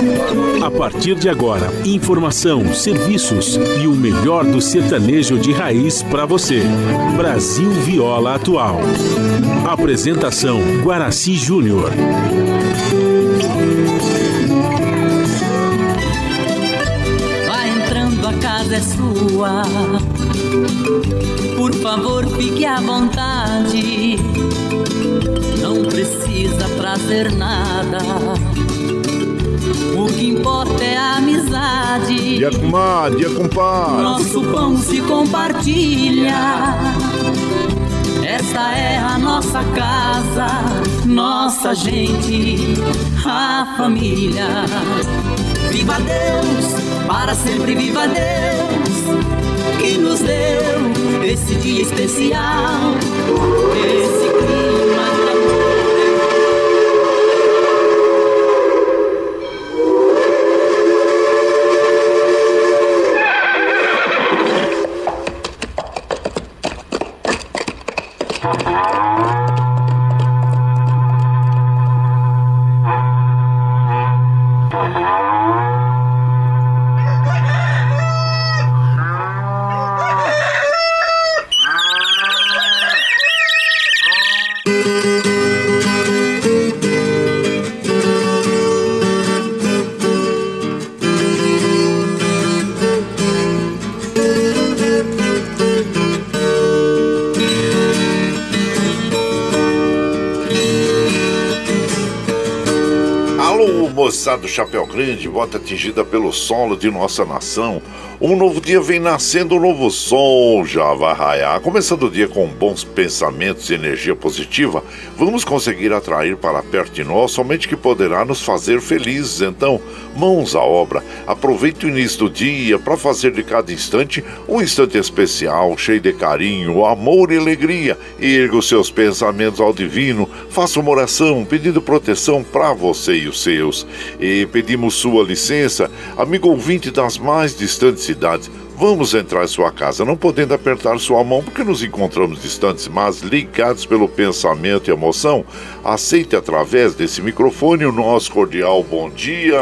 A partir de agora, informação, serviços e o melhor do sertanejo de raiz para você. Brasil Viola Atual. Apresentação Guaraci Júnior. Vai entrando, a casa é sua. Por favor, fique à vontade. Não precisa trazer nada. O que importa é a amizade. Dia comadre, dia compadre. Nosso pão se compartilha. Esta é a nossa casa, nossa gente, a família. Viva Deus, para sempre viva Deus, que nos deu esse dia especial, esse clima de amor. Do Chapéu Grande, volta atingida pelo solo de nossa nação. Um novo dia vem nascendo, um novo sol já vai raiar. Começando o dia com bons pensamentos e energia positiva, vamos conseguir atrair para perto de nós somente que poderá nos fazer felizes. Então, mãos à obra. Aproveite o início do dia para fazer de cada instante um instante especial, cheio de carinho, amor e alegria. Erga os seus pensamentos ao divino, faça uma oração pedindo proteção para você e os seus. E pedimos sua licença, amigo ouvinte das mais distantes cidades. Vamos entrar em sua casa, não podendo apertar sua mão porque nos encontramos distantes, mas ligados pelo pensamento e emoção. Aceite através desse microfone o nosso cordial bom dia.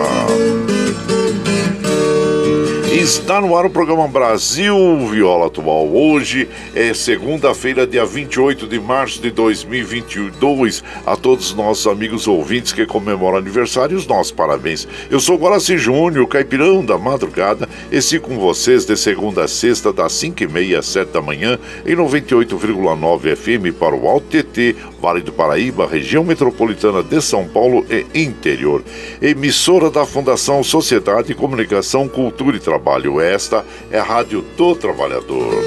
Está no ar o programa Brasil Viola Atual. Hoje é segunda-feira, dia 28 de março de 2022. A todos os nossos amigos ouvintes que comemoram aniversário, os nossos parabéns. Eu sou Guaraci Júnior, o caipirão da madrugada, e sigo com vocês de segunda a sexta, das 5h30 às 7 da manhã, em 98,9 FM para o Alto TT, Vale do Paraíba, região metropolitana de São Paulo e interior. Emissora da Fundação Sociedade, Comunicação, Cultura e Trabalho. Esta é a Rádio do Trabalhador.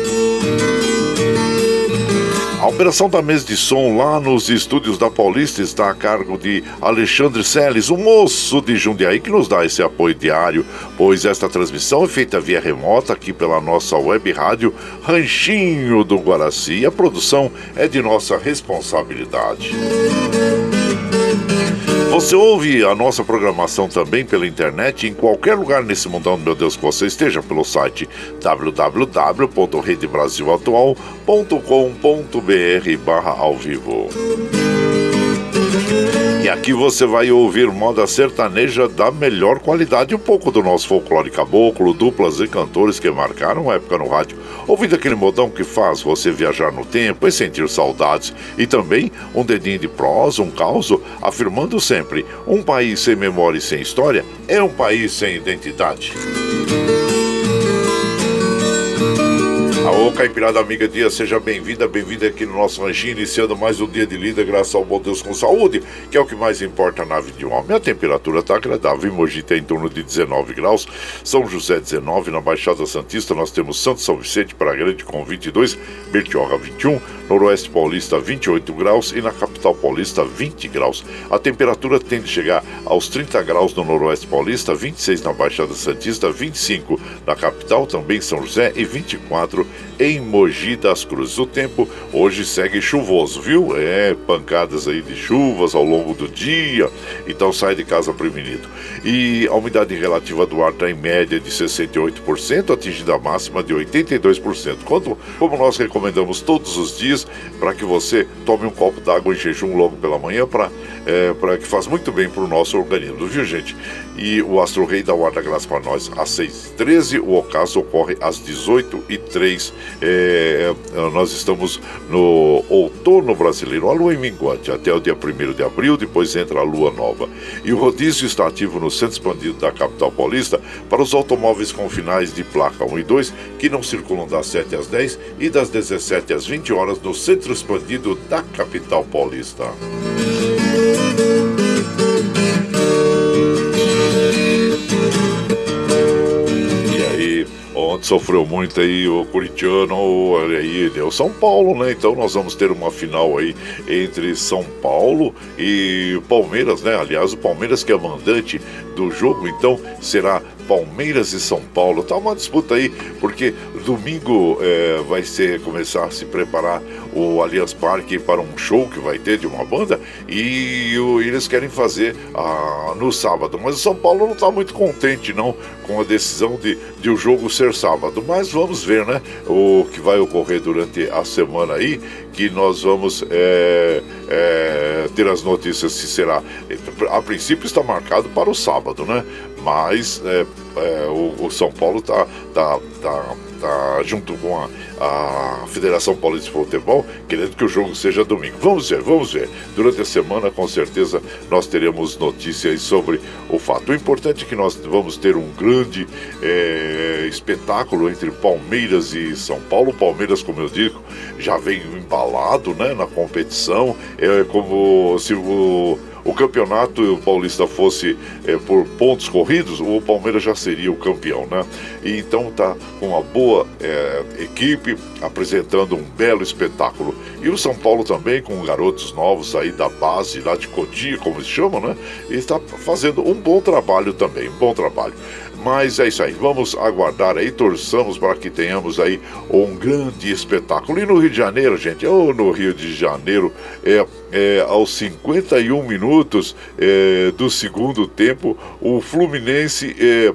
A operação da mesa de som lá nos estúdios da Paulista está a cargo de Alexandre Seles, o moço de Jundiaí, que nos dá esse apoio diário, pois esta transmissão é feita via remota aqui pela nossa web rádio Ranchinho do Guaraci. A produção é de nossa responsabilidade. Você ouve a nossa programação também pela internet em qualquer lugar nesse mundão, meu Deus, que você esteja, pelo site www.redebrasilatual.com.br/ao vivo. E aqui você vai ouvir moda sertaneja da melhor qualidade, um pouco do nosso folclore caboclo, duplas e cantores que marcaram a época no rádio, ouvindo aquele modão que faz você viajar no tempo e sentir saudades, e também um dedinho de prosa, um causo, afirmando sempre: um país sem memória e sem história é um país sem identidade. Alô, Caipirada Amiga Dia, seja bem-vinda, bem-vinda aqui no nosso ranchinho, iniciando mais um dia de lida, graças ao bom Deus com saúde, que é o que mais importa na vida de um homem. A temperatura está agradável, em Mogi tem em torno de 19 graus, São José 19, na Baixada Santista nós temos Santo São Vicente para Grande com 22, Bertioga 21, Noroeste Paulista 28 graus e na Capital Paulista 20 graus. A temperatura tende a chegar aos 30 graus no Noroeste Paulista, 26 na Baixada Santista, 25 na Capital, também São José, e 24 em Mogi das Cruzes. O tempo hoje segue chuvoso, viu? Pancadas aí de chuvas ao longo do dia, então sai de casa prevenido. E a umidade relativa do ar está em média de 68%, atingindo a máxima de 82%. Como nós recomendamos todos os dias, para que você tome um copo d'água em jejum logo pela manhã, para que faz muito bem para o nosso organismo, viu, gente? E o Astro Rei dá o ar da graça para nós às 6h13, o ocaso ocorre às 18h03. Nós estamos no outono brasileiro, a lua em minguante, até o dia 1º de abril, depois entra a lua nova. E o rodízio está ativo no centro expandido da capital paulista para os automóveis com finais de placa 1 e 2, que não circulam das 7 às 10 e das 17 às 20 horas no centro expandido da capital paulista. Ontem sofreu muito aí o corintiano, olha aí, deu São Paulo, né? Então nós vamos ter uma final aí entre São Paulo e Palmeiras, né? Aliás, o Palmeiras que é mandante do jogo, então será Palmeiras e São Paulo. Tá uma disputa aí, porque domingo vai começar a se preparar o Allianz Parque para um show que vai ter de uma banda, e eles querem fazer no sábado. Mas o São Paulo não está muito contente não com a decisão de o jogo ser sábado. Mas vamos ver, né, o que vai ocorrer durante a semana aí, que nós vamos ter as notícias se será. A princípio está marcado para o sábado, né? Mas o São Paulo tá junto com a Federação Paulista de Futebol, querendo que o jogo seja domingo. Vamos ver. Durante a semana, com certeza, nós teremos notícias sobre o fato. O importante é que nós vamos ter um grande espetáculo entre Palmeiras e São Paulo. Palmeiras, como eu digo, já vem embalado, né, na competição. É como se o campeonato paulista fosse por pontos corridos, o Palmeiras já seria o campeão, né? E então tá com uma boa equipe, apresentando um belo espetáculo. E o São Paulo também, com garotos novos aí da base, lá de Cotia, como eles chamam, né? E está fazendo um bom trabalho também, Mas é isso aí, vamos aguardar aí, torçamos para que tenhamos aí um grande espetáculo. E no Rio de Janeiro, gente, no Rio de Janeiro, aos 51 minutos do segundo tempo, o Fluminense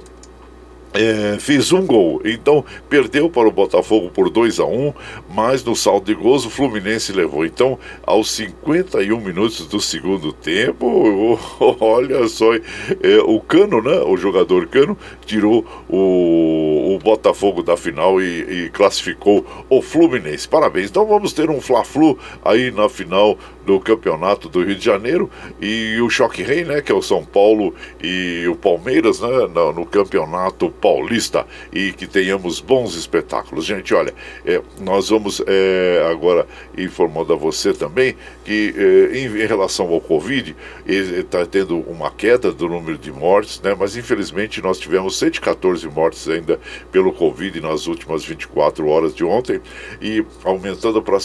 fez um gol, então perdeu para o Botafogo por 2-1, mas no saldo de gols o Fluminense levou. Então, aos 51 minutos do segundo tempo, olha só, o Cano, né, o jogador Cano, tirou o Botafogo da final e classificou o Fluminense. Parabéns. Então vamos ter um Fla-Flu aí na final do campeonato do Rio de Janeiro, e o Choque Rei, né, que é o São Paulo e o Palmeiras, né, no campeonato paulista, e que tenhamos bons espetáculos. Gente, olha, nós vamos agora informando a você também que em relação ao Covid, está tendo uma queda do número de mortes, né, mas infelizmente nós tivemos 114 mortes ainda pelo Covid nas últimas 24 horas de ontem, e aumentando para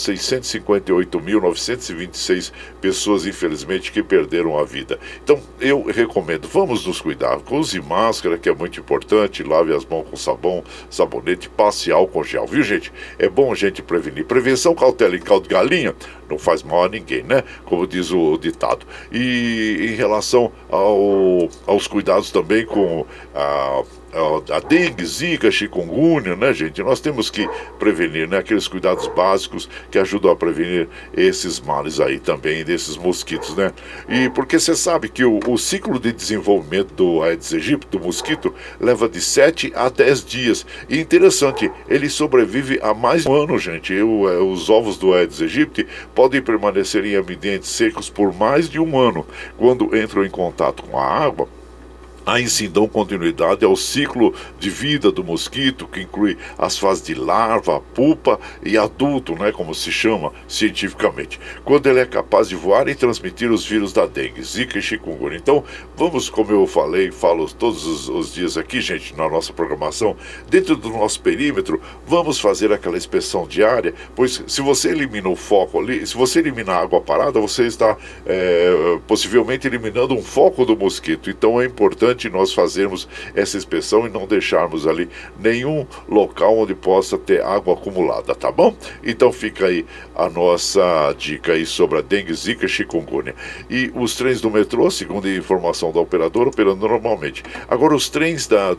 658.926 pessoas, infelizmente, que perderam a vida. Então, eu recomendo, vamos nos cuidar, use máscara, que é muito importante, lave as mãos com sabão, sabonete, passe álcool gel, viu, gente? É bom a gente prevenir. Prevenção, cautela e caldo de galinha não faz mal a ninguém, né? Como diz o ditado. E em relação aos cuidados também com a dengue, zika, chikungunya, né, gente? Nós temos que prevenir, né? Aqueles cuidados básicos que ajudam a prevenir esses males aí também, desses mosquitos, né? E porque você sabe que o ciclo de desenvolvimento do Aedes aegypti, do mosquito, leva de 7 a 10 dias. E interessante, ele sobrevive a mais de um ano, gente. Os ovos do Aedes aegypti podem permanecer em ambientes secos por mais de um ano. Quando entram em contato com a água, aí sim dão continuidade ao ciclo de vida do mosquito, que inclui as fases de larva, pupa e adulto, né, como se chama cientificamente, quando ele é capaz de voar e transmitir os vírus da dengue, zika e chikungunya. Então, vamos, como eu falo todos os dias aqui, gente, na nossa programação, dentro do nosso perímetro, vamos fazer aquela inspeção diária, pois se você elimina o foco ali, se você eliminar a água parada, você está possivelmente eliminando um foco do mosquito. Então, é importante importante nós fazermos essa inspeção e não deixarmos ali nenhum local onde possa ter água acumulada, tá bom? Então fica aí a nossa dica aí sobre a dengue, zika e chikungunya. E os trens do metrô, segundo a informação da operadora, operando normalmente. Agora os trens da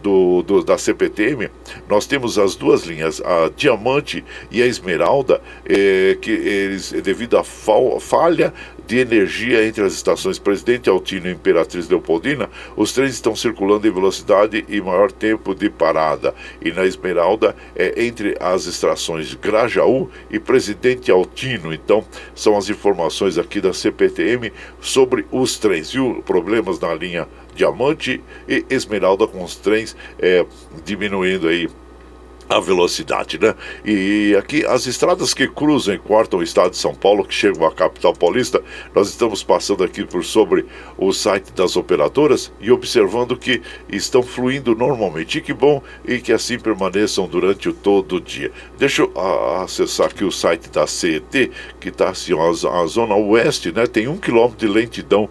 CPTM, nós temos as duas linhas, a Diamante e a Esmeralda, que eles, devido à falha de energia entre as estações Presidente Altino e Imperatriz Leopoldina, os trens estão circulando em velocidade e maior tempo de parada. E na Esmeralda é entre as estações Grajaú e Presidente Altino. Então, são as informações aqui da CPTM sobre os trens, viu? Problemas na linha Diamante e Esmeralda, com os trens diminuindo aí a velocidade, né? E aqui as estradas que cruzam e cortam o estado de São Paulo, que chegam à capital paulista, nós estamos passando aqui por sobre o site das operadoras e observando que estão fluindo normalmente. E que bom, e que assim permaneçam durante todo o dia. Deixa eu acessar aqui o site da CET, que está assim, a zona oeste, né? Tem 1 quilômetro de lentidão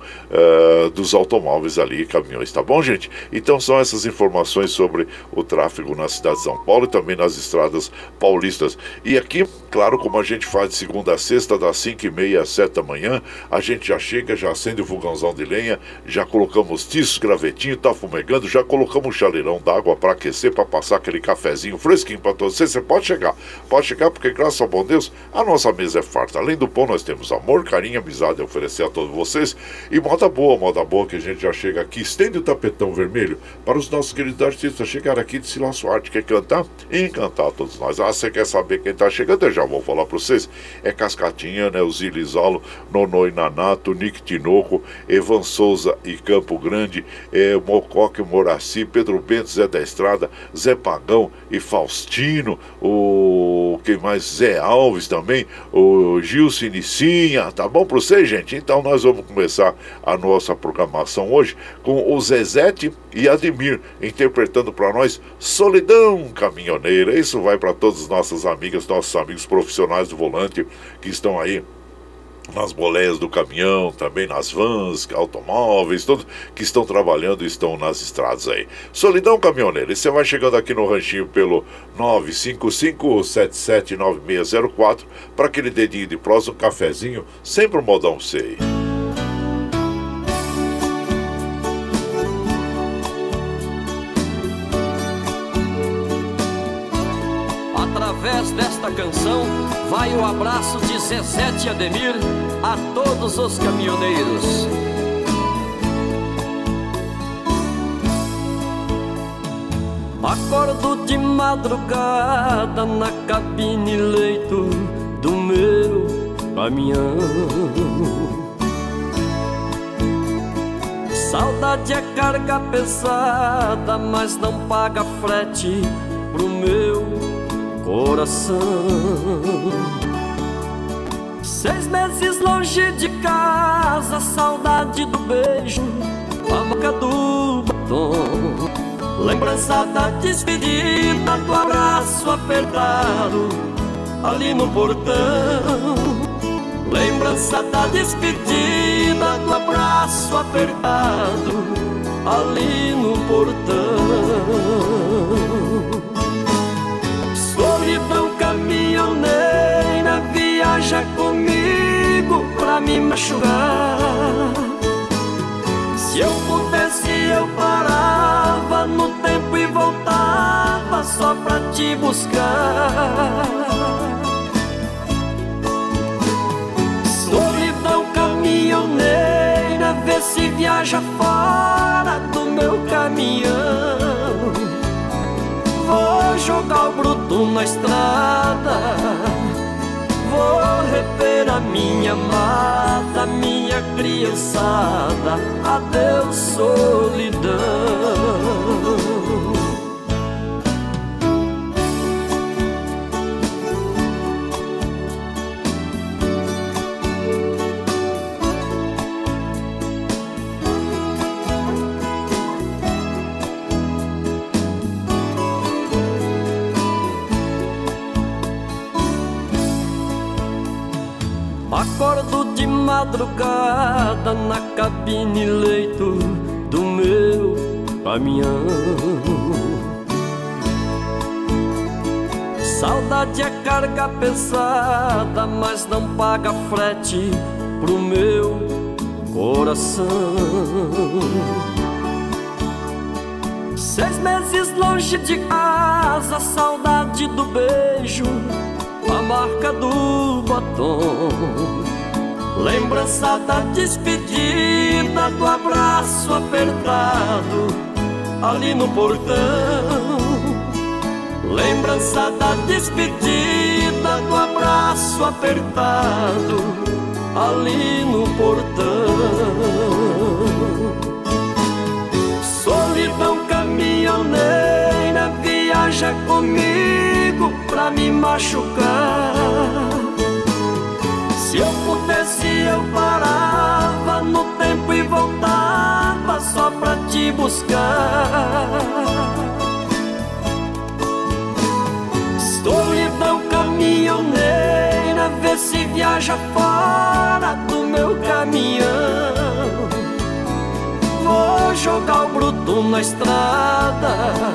dos automóveis ali, caminhões, tá bom, gente? Então são essas informações sobre o tráfego na cidade de São Paulo e também nas estradas paulistas. E aqui, claro, como a gente faz de segunda a sexta, das 5h30 às 7 da manhã, a gente já chega, já acende o fogãozão de lenha, já colocamos tiços, gravetinho, tá fumegando, já colocamos um chaleirão d'água para aquecer, para passar aquele cafezinho fresquinho para todos vocês. Você pode chegar porque graças ao bom Deus, a nossa mesa é farta. Além do pão, nós temos amor, carinho, amizade a oferecer a todos vocês e moda boa que a gente já chega aqui, estende o tapetão vermelho para os nossos queridos artistas chegar aqui de Silas Soarte, quer cantar? Encantar a todos nós. Você quer saber quem tá chegando? Eu já vou falar para vocês. É Cascatinha, né? O Zilizalo, Nonoi Nanato, Nick Tinoco, Evan Souza e Campo Grande, Mocoque, Moraci, Pedro Bento, Zé da Estrada, Zé Pagão e Faustino, quem mais? Zé Alves também, o Gilson Nicinha, tá bom para vocês, gente? Então nós vamos começar a nossa programação hoje com o Zezete e Ademir interpretando para nós Solidão Caminhoneira. Isso vai para todas as nossas amigas, nossos amigos profissionais do volante que estão aí nas boleias do caminhão, também nas vans, automóveis, todos que estão trabalhando e estão nas estradas aí. Solidão Caminhoneira. E você vai chegando aqui no ranchinho pelo 955-779604 para aquele dedinho de prosa, um cafezinho, sempre um modão sei. Através desta canção vai o abraço de Zezete e Ademir a todos os caminhoneiros. Acordo de madrugada na cabine leito do meu caminhão. Saudade é carga pesada, mas não paga frete pro meu coração. 6 meses longe de casa, saudade do beijo, a marca do batom, lembrança da despedida, do abraço apertado ali no portão. Lembrança da despedida, do abraço apertado ali no portão. Solidão caminhoneira, viaja comigo pra me machucar. Se eu pudesse eu parava no tempo e voltava só pra te buscar. Solidão caminhoneira, vê se viaja fora do meu caminhão. Vou jogar o bruto na estrada, vou rever a minha amada, minha criançada. Adeus, solidão. Acordo de madrugada na cabine leito do meu caminhão. Saudade é carga pesada, mas não paga frete pro meu coração. 6 meses longe de casa, saudade do beijo, a marca do batom. Lembrança da despedida, do abraço apertado ali no portão. Lembrança da despedida, do abraço apertado ali no portão. Solidão caminhoneira viaja comigo pra me machucar. Se eu pudesse eu parava no tempo e voltava só pra te buscar. Solidão caminhoneira, vê se viaja fora do meu caminhão. Vou jogar o bruto na estrada,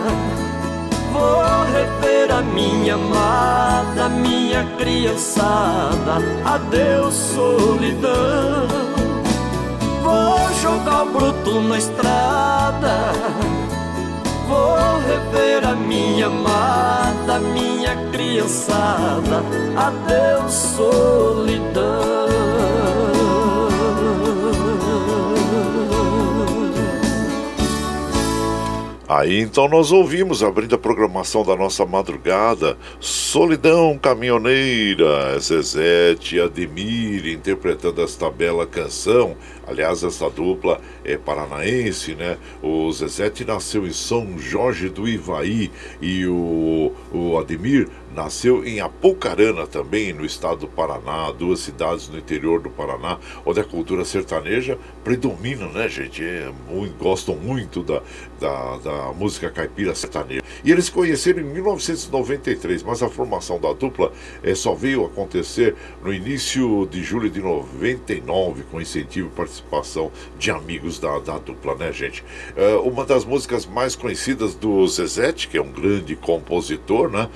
vou rever a minha amada, minha criançada. Adeus, solidão. Vou jogar o bruto na estrada, vou rever a minha amada, minha criançada. Adeus, solidão. Aí então nós ouvimos, abrindo a programação da nossa madrugada, Solidão Caminhoneira, Zezete e Ademir interpretando esta bela canção. Aliás, essa dupla é paranaense, né? O Zezete nasceu em São Jorge do Ivaí e o Ademir nasceu em Apucarana, também no estado do Paraná, 2 cidades no interior do Paraná, onde a cultura sertaneja predomina, né, gente? Gostam muito da música caipira sertaneja. E eles se conheceram em 1993, mas a formação da dupla só veio acontecer no início de julho de 99, com incentivo e participação de amigos da dupla, né, gente? Uma das músicas mais conhecidas do Zezete, que é um grande compositor, né?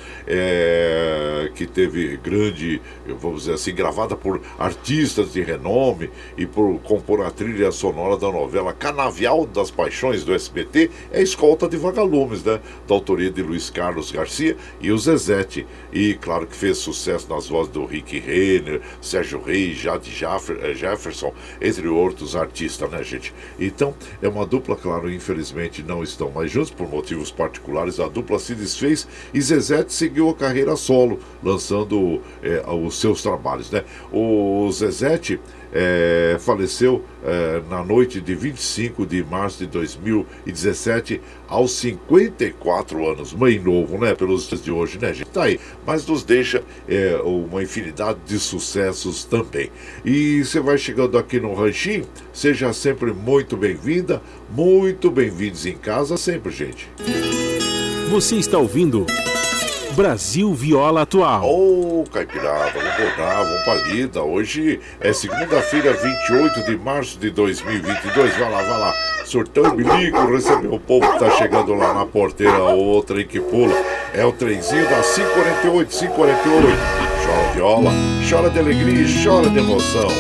Que teve grande, vamos dizer assim, gravada por artistas de renome e por compor a trilha sonora da novela Canavial das Paixões do SBT, é Escolta de Vagalumes, né? Da autoria de Luiz Carlos Garcia e o Zezete. E claro que fez sucesso nas vozes do Rick Renner, Sérgio Reis, Jade Jefferson, entre outros artistas, né, gente? Então, é uma dupla, claro, infelizmente não estão mais juntos por motivos particulares. A dupla se desfez e Zezete seguiu a carreira solo, lançando os seus trabalhos, né? O Zezete faleceu na noite de 25 de março de 2017, aos 54 anos, bem novo, né? Pelos dias de hoje, né, gente? Tá aí, mas nos deixa uma infinidade de sucessos também. E você vai chegando aqui no Ranchinho, seja sempre muito bem-vinda, muito bem-vindos em casa sempre, gente. Você está ouvindo Brasil Viola Atual. Ô, caipirada, vamos rodar, vamos pra lida. Hoje é segunda-feira, 28 de março de 2022. Vai lá, surtão e bilico, receber o povo que tá chegando lá na porteira, o trem que pula. É o trenzinho da 548. Chora viola, chora de alegria e chora de emoção.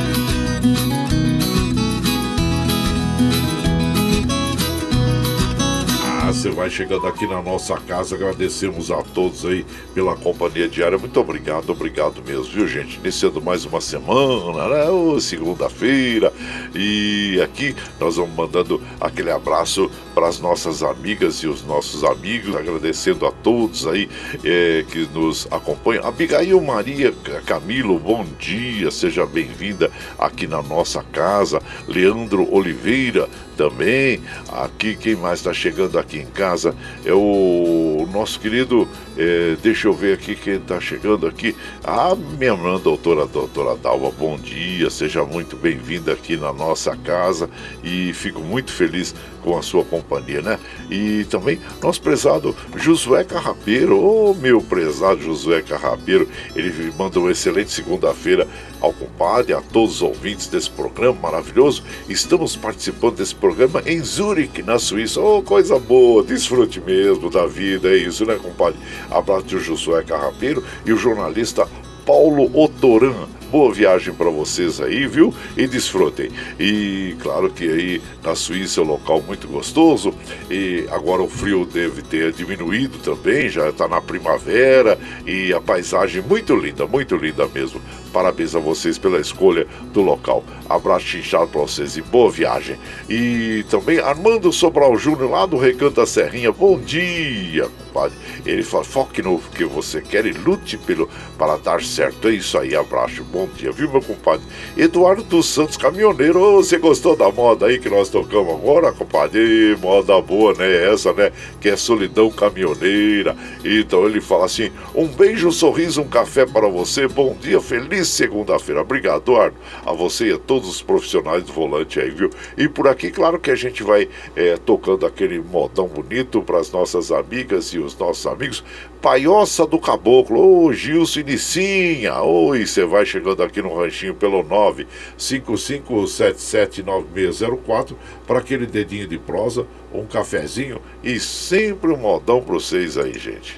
Você vai chegando aqui na nossa casa, agradecemos a todos aí pela companhia diária, muito obrigado mesmo, viu, gente? Iniciando mais uma semana, né? Segunda-feira, e aqui nós vamos mandando aquele abraço para as nossas amigas e os nossos amigos, agradecendo a todos aí que nos acompanham. Abigail Maria Camilo, bom dia, seja bem-vinda aqui na nossa casa. Leandro Oliveira também, aqui quem mais está chegando aqui em casa é o o nosso querido, deixa eu ver aqui quem está chegando aqui. Minha irmã, doutora Dalva, bom dia, seja muito bem-vinda aqui na nossa casa e fico muito feliz com a sua companhia, né? E também nosso prezado Josué Carrapeiro, meu prezado Josué Carrapeiro, ele manda uma excelente segunda-feira ao compadre, a todos os ouvintes desse programa maravilhoso. Estamos participando desse programa em Zurique, na Suíça. Coisa boa, desfrute mesmo da vida, é isso, né, compadre? Abraço do Josué Carrapeiro e o jornalista Paulo Otoran. Boa viagem para vocês aí, viu? E desfrutem. E claro que aí na Suíça é um local muito gostoso. E agora o frio deve ter diminuído também, já está na primavera. E a paisagem muito linda mesmo. Parabéns a vocês pela escolha do local. Abraço inchado para vocês e boa viagem. E também Armando Sobral Júnior, lá do Recanto da Serrinha. Bom dia, compadre. Ele fala, foque no que você quer e lute para dar certo. É isso aí, abraço. Bom dia, viu, meu compadre? Eduardo dos Santos, caminhoneiro. Você gostou da moda aí que nós tocamos agora, compadre? Moda boa, né? Essa, né? Que é solidão caminhoneira. Então ele fala assim, um beijo, um sorriso, um café para você. Bom dia, feliz segunda-feira. Obrigado, Eduardo. A você e a todos os profissionais do volante aí, viu? E por aqui, claro que a gente vai tocando aquele modão bonito para as nossas amigas e os nossos amigos. Paioça do Caboclo, Gilson e Nicinha. Oi, você vai chegando aqui no ranchinho pelo 955779604 para aquele dedinho de prosa, um cafezinho e sempre um modão para vocês aí, gente.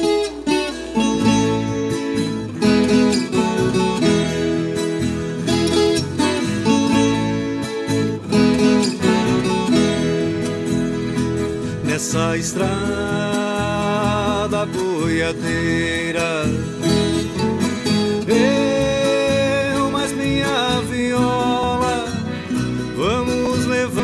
Nessa estrada boiadeira, eu mais minha viola, vamos levando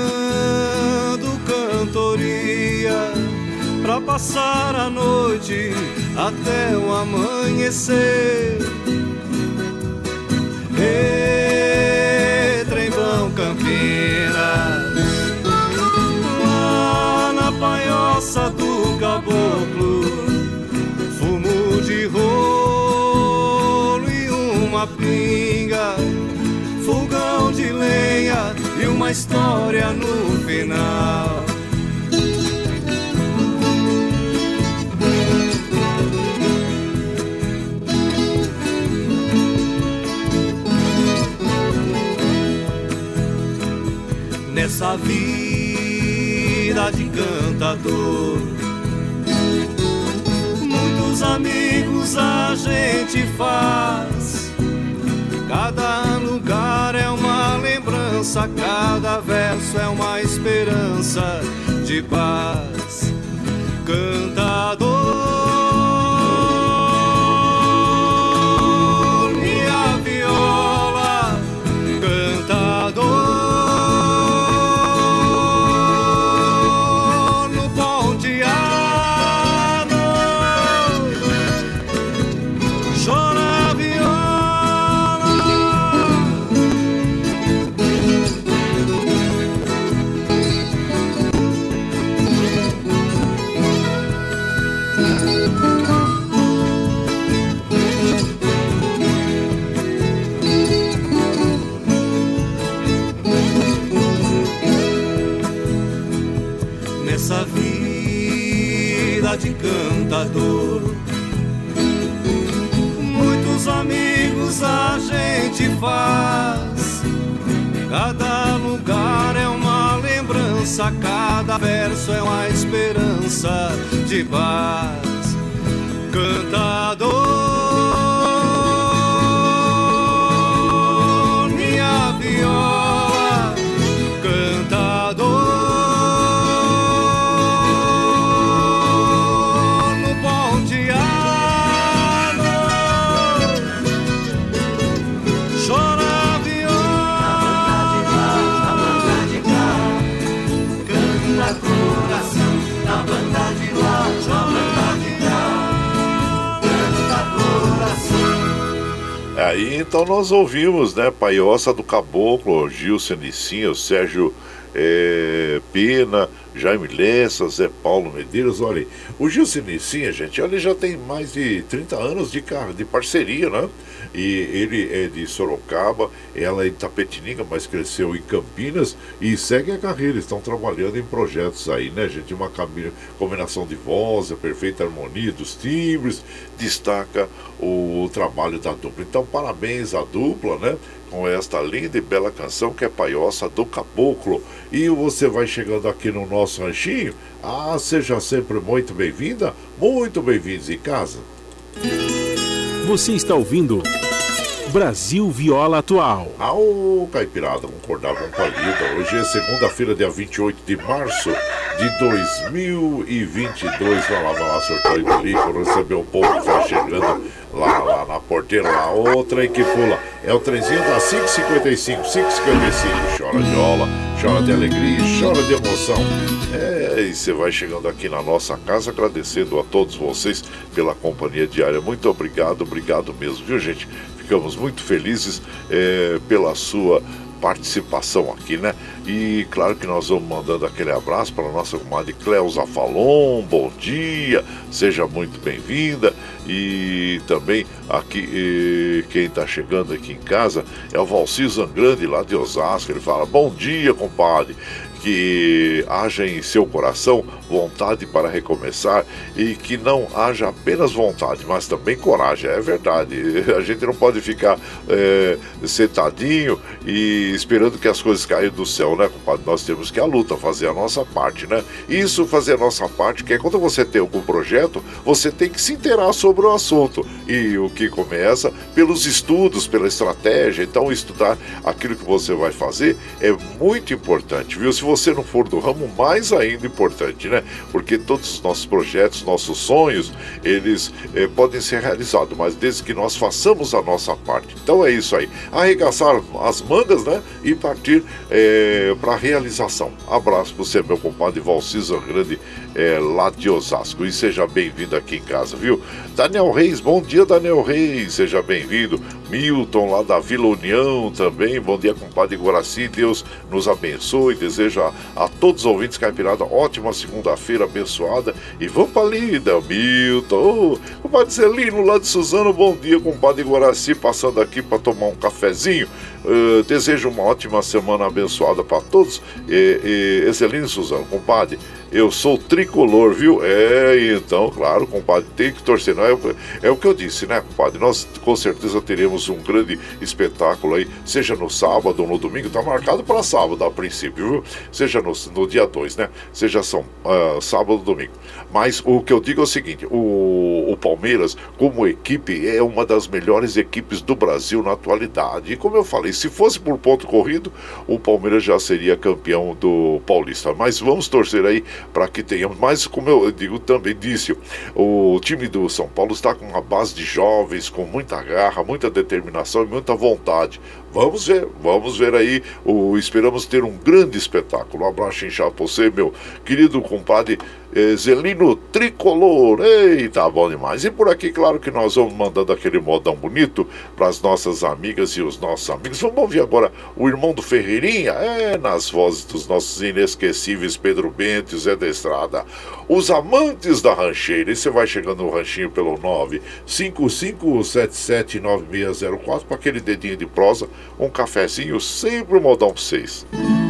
cantoria pra passar a noite até o amanhecer. Trembão Campinas, Paioça do Caboclo, fumo de rolo e uma pinga, fogão de lenha e uma história no final. Nessa vida de cantador, muitos amigos a gente faz. Cada lugar é uma lembrança, cada verso é uma esperança de paz. Cantador, minha viola, cantador. Nessa vida de cantador, muitos amigos a gente faz. Cada lugar é uma lembrança, cada verso é uma esperança de paz. Cantador, minha viola, cantador. Aí então nós ouvimos, né, Paioça do Caboclo, Gilson Nicinha, o Sérgio Pena, Jaime Lessa, Zé Paulo Medeiros. Olha, o Gilson Nicinha, gente, ele já tem mais de 30 anos de parceria, né? E ele é de Sorocaba, ela é de Itapetininga, mas cresceu em Campinas e segue a carreira. Estão trabalhando em projetos aí, né, gente? Uma combinação de voz, a perfeita harmonia dos timbres, destaca o trabalho da dupla. Então, parabéns à dupla, né? Com esta linda e bela canção que é Paioça do Caboclo. E você vai chegando aqui no nosso ranchinho. Ah, seja sempre muito bem-vinda, muito bem-vindos em casa. Você está ouvindo Brasil Viola Atual. Ao Caipirada, vamos acordar com palhita. Hoje é segunda-feira, dia 28 de março de 2022. Vai lá, sorteio e bilico, receber o povo que vai chegando lá na porteira, lá, outra aí que pula. É o trenzinho da 555, 555. Chora viola, chora de alegria, chora de emoção. E você vai chegando aqui na nossa casa, agradecendo a todos vocês pela companhia diária. Muito obrigado mesmo, viu, gente? Ficamos muito felizes pela sua participação aqui, né? E claro que nós vamos mandando aquele abraço para a nossa comadre Cleusa Falon. Bom dia, seja muito bem-vinda. E também aqui quem está chegando aqui em casa é o Valci Zangrande, lá de Osasco. Ele fala: bom dia, compadre, que haja em seu coração vontade para recomeçar e que não haja apenas vontade, mas também coragem. É verdade, a gente não pode ficar sentadinho e esperando que as coisas caiam do céu, né, compadre? Nós temos que ir à luta, fazer a nossa parte, né? Isso, fazer a nossa parte, que é quando você tem algum projeto, você tem que se inteirar sobre o assunto. E o que começa pelos estudos, pela estratégia. Então, estudar aquilo que você vai fazer é muito importante, viu? Se você não for do ramo, mais ainda importante, né? Porque todos os nossos projetos, nossos sonhos, eles podem ser realizados, mas desde que nós façamos a nossa parte. Então é isso aí, arregaçar as mangas, né? E partir para a realização. Abraço para você, meu compadre Valci Zangrande, lá de Osasco, e seja bem-vindo aqui em casa, viu? Daniel Reis, bom dia, Daniel Reis, seja bem-vindo. Milton, lá da Vila União também, bom dia, compadre Guaraci, Deus nos abençoe. Desejo a todos os ouvintes Caipirada ótima segunda-feira abençoada, e vamos pra lida, Milton. Compadre Celino, lá de Suzano, bom dia, compadre Guaraci, passando aqui para tomar um cafezinho. Desejo uma ótima semana abençoada para todos. Celino e Suzano, compadre, eu sou tricolor, viu? Então, claro, compadre, tem que torcer. Não é o que eu disse, né, compadre? Nós com certeza teremos um grande espetáculo aí, seja no sábado ou no domingo. Tá marcado para sábado a princípio, viu? Seja no dia 2, né? Seja sábado ou domingo. Mas o que eu digo é o seguinte: o Palmeiras, como equipe, é uma das melhores equipes do Brasil na atualidade. E como eu falei, se fosse por ponto corrido, o Palmeiras já seria campeão do Paulista. Mas vamos torcer aí para que tenhamos. Mas como eu digo, também disse, o time do São Paulo está com uma base de jovens, com muita garra, muita determinação e muita vontade. Vamos ver aí, esperamos ter um grande espetáculo. Um abraço inchado para você, meu querido compadre Zelino Tricolor. Eita, bom demais. E por aqui, claro que nós vamos mandando aquele modão bonito para as nossas amigas e os nossos amigos. Vamos ouvir agora o Irmão do Ferreirinha, nas vozes dos nossos inesquecíveis Pedro Bento e Zé da Estrada, os amantes da rancheira. E você vai chegando no ranchinho pelo 955779604 para aquele dedinho de prosa, um cafezinho, sempre um modão para vocês.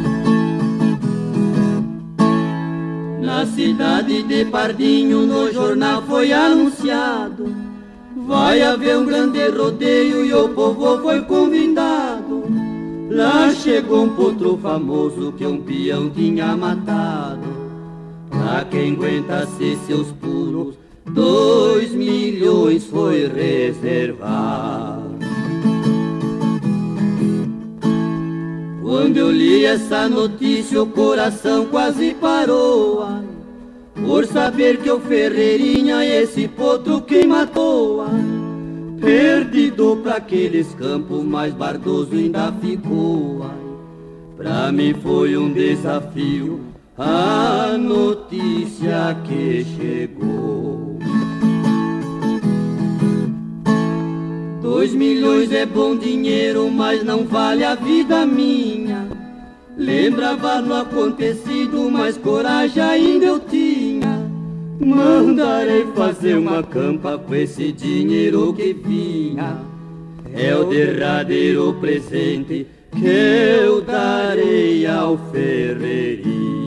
Na cidade de Pardinho, no jornal foi anunciado: vai haver um grande rodeio e o povo foi convidado. Lá chegou um potro famoso que um peão tinha matado. Pra quem aguentasse seus pulos, 2 milhões foi reservado. Quando eu li essa notícia, o coração quase parou, ai, por saber que o Ferreirinha, esse potro quem matou, ai, perdido pra aqueles campos, mais bardoso ainda ficou, ai. Pra mim foi um desafio a notícia que chegou. 2 milhões é bom dinheiro, mas não vale a vida minha. lembrava no acontecido, mas coragem ainda eu tinha. Mandarei fazer uma campa com esse dinheiro que vinha. É o derradeiro presente que eu darei ao Ferreirinha.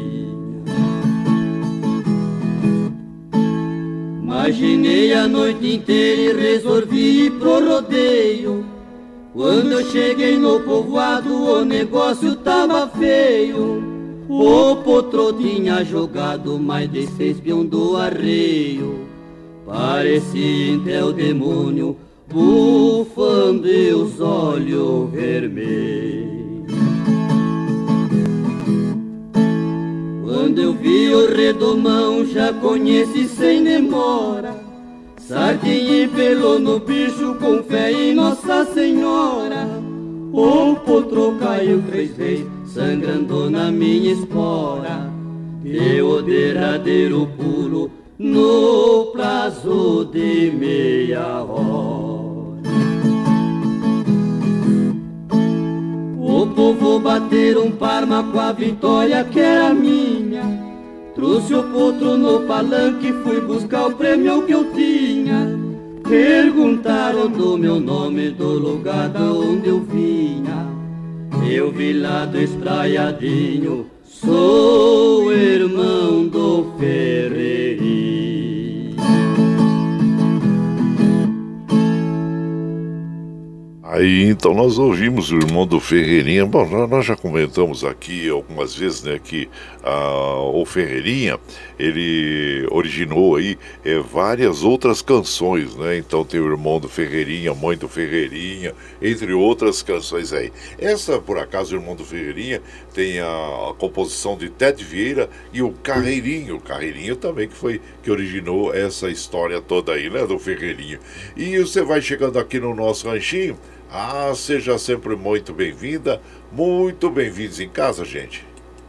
Imaginei a noite inteira e resolvi ir pro rodeio. Quando eu cheguei no povoado, o negócio tava feio. O potro tinha jogado mais de 6 peão do arreio. Parecia então o demônio bufando e os olhos vermelhos. Quando eu vi o redomão, já conheci sem demora. Sardinha empelou no bicho com fé em Nossa Senhora. O potro caiu 3 vezes, sangrando na minha espora. E o derradeiro pulo no prazo de meia hora. O povo bateram palma com a vitória que era minha. Trouxe o potro no palanque, fui buscar o prêmio que eu tinha. Perguntaram do meu nome, do lugar da onde eu vinha. Eu vi lá do espraiadinho, sou irmão do Ferreirinha. Aí então nós ouvimos o irmão do Ferreirinha. Bom, nós já comentamos aqui algumas vezes, né, que o Ferreirinha, ele originou aí várias outras canções, né? Então tem o irmão do Ferreirinha, mãe do Ferreirinha, entre outras canções aí. Essa, por acaso, o irmão do Ferreirinha tem a composição de Ted Vieira e o Carreirinho. O Carreirinho também que originou essa história toda aí, né, do Ferreirinha. E você vai chegando aqui no nosso ranchinho. Seja sempre muito bem-vinda, muito bem-vindos em casa, gente.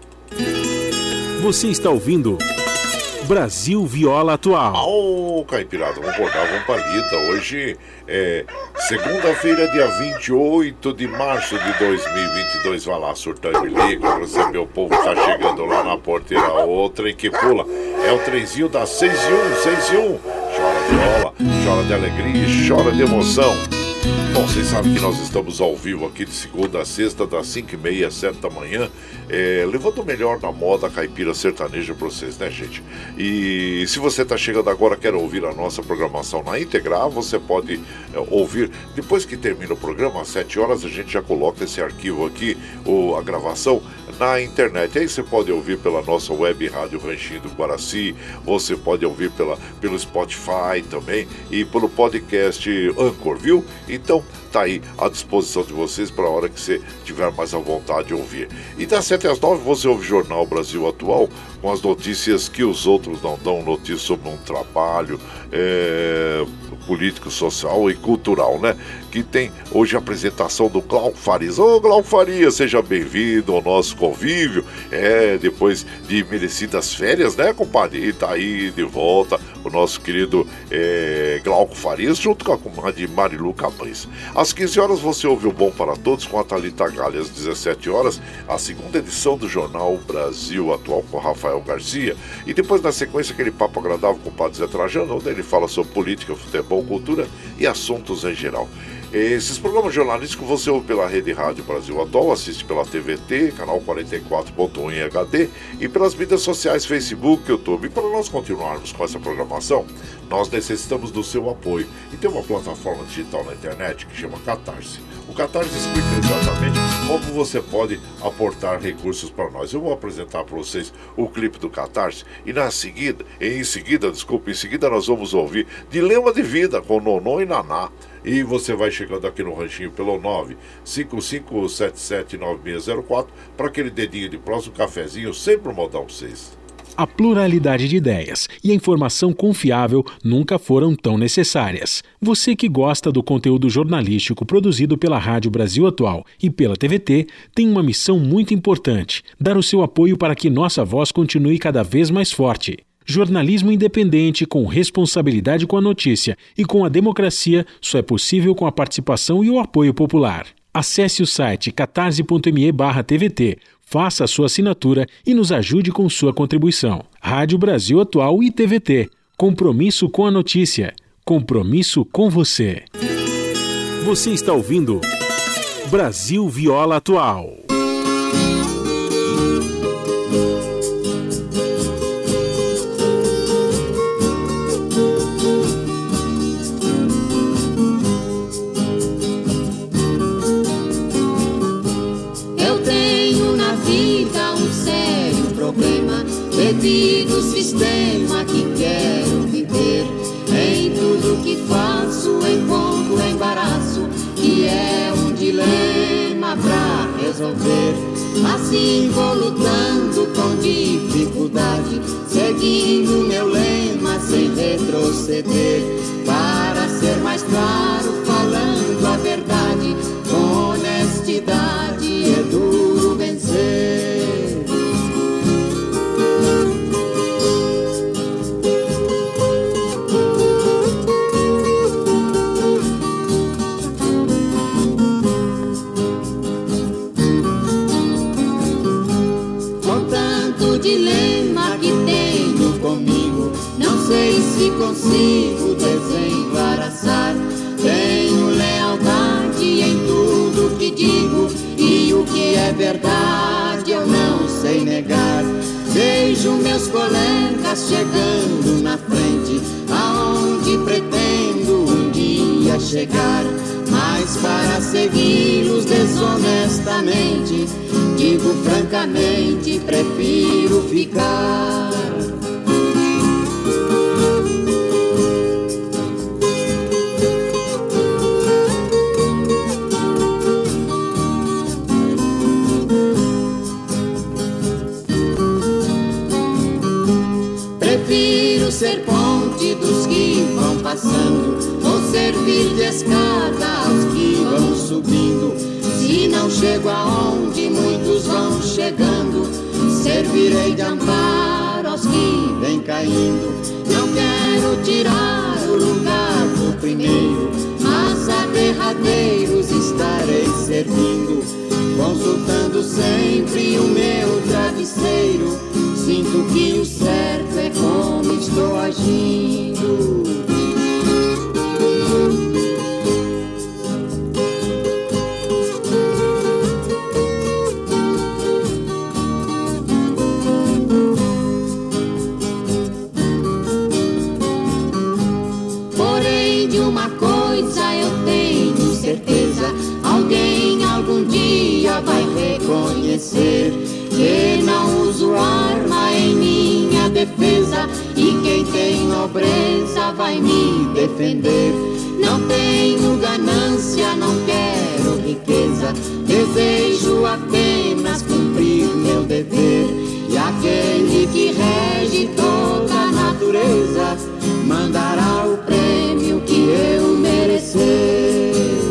Você está ouvindo Brasil Viola Atual. Caipirada, vamos acordar, vamos pra lida. Hoje é segunda-feira, dia 28 de março de 2022. Vai lá, surtando e liga, receber o povo que tá chegando lá na porteira. O trem que pula é o trenzinho da 6 e 1. Chora viola, chora de alegria e chora de emoção. Bom, vocês sabem que nós estamos ao vivo aqui de segunda a sexta, das 5h30 às 7 da manhã, levando o melhor da moda caipira sertaneja para vocês, né, gente? E se você está chegando agora, quer ouvir a nossa programação na íntegra, você pode ouvir, depois que termina o programa, às 7 horas, a gente já coloca esse arquivo aqui, a gravação, na internet. Aí você pode ouvir pela nossa web rádio Ranchinho do Guaraci, você pode ouvir pelo Spotify também e pelo podcast Anchor, viu? Então tá aí à disposição de vocês para a hora que você tiver mais à vontade de ouvir. E das 7 às 9 você ouve o Jornal Brasil Atual com as notícias que os outros não dão, notícias sobre um trabalho político, social e cultural, né? Que tem hoje a apresentação do Glauco Farias. Glauco Farias, seja bem-vindo ao nosso convívio. Depois de merecidas férias, né, compadre? E tá aí de volta o nosso querido Glauco Farias, junto com a comadre Marilu Cabrez. Às 15 horas você ouve o Bom para Todos com a Thalita Galha. Às 17 horas, a segunda edição do Jornal Brasil Atual com Rafael Garcia. E depois, na sequência, aquele papo agradável com o Padre Zé Trajano, onde ele fala sobre política, futebol, cultura e assuntos em geral. Esses programas jornalísticos você ouve pela Rede Rádio Brasil Atual, assiste pela TVT, canal 44.1 em HD e pelas mídias sociais, Facebook, YouTube. E para nós continuarmos com essa programação, nós necessitamos do seu apoio. E tem uma plataforma digital na internet que chama Catarse. O Catarse explica exatamente como você pode aportar recursos para nós. Eu vou apresentar para vocês o clipe do Catarse e em seguida nós vamos ouvir Dilema de Vida com Nonô e Naná. E você vai chegando aqui no ranchinho pelo 955779604 para aquele dedinho de próximo, cafezinho, sempre um modão para vocês. A pluralidade de ideias e a informação confiável nunca foram tão necessárias. Você que gosta do conteúdo jornalístico produzido pela Rádio Brasil Atual e pela TVT tem uma missão muito importante: dar o seu apoio para que nossa voz continue cada vez mais forte. Jornalismo independente, com responsabilidade com a notícia e com a democracia, só é possível com a participação e o apoio popular. Acesse o site catarse.me/TVT, Faça a sua assinatura e nos ajude com sua contribuição. Rádio Brasil Atual e TVT. Compromisso com a notícia. Compromisso com você. Você está ouvindo Brasil Viola Atual. Devido ao sistema que quero viver, em tudo que faço encontro embaraço, que é um dilema pra resolver. Assim vou lutando com dificuldade, seguindo meu lema sem retroceder. Para ser mais claro, falando a verdade, com honestidade é duro vencer. Dilema que tenho comigo, não sei se consigo desembaraçar. Tenho lealdade em tudo que digo, e o que é verdade eu não sei negar. Vejo meus colegas chegando na frente, aonde pretendo um dia chegar. Mas para segui-los desonestamente, digo francamente, prefiro ficar. Prefiro ser ponte dos que vão passando, ou servir de escada aos que vão subindo. Se não chego aonde muitos vão chegando, servirei de amparo aos que vêm caindo. Não quero tirar o lugar do primeiro, mas a derradeiros estarei servindo. Consultando sempre o meu travesseiro, sinto que o certo é como estou agindo. Porém de uma coisa eu tenho certeza, alguém algum dia vai reconhecer que não uso arma em minha defesa, e quem tem nobreza vai me defender. Não tenho ganância, não quero riqueza, desejo apenas cumprir meu dever. E aquele que rege toda a natureza mandará o prêmio que eu merecer.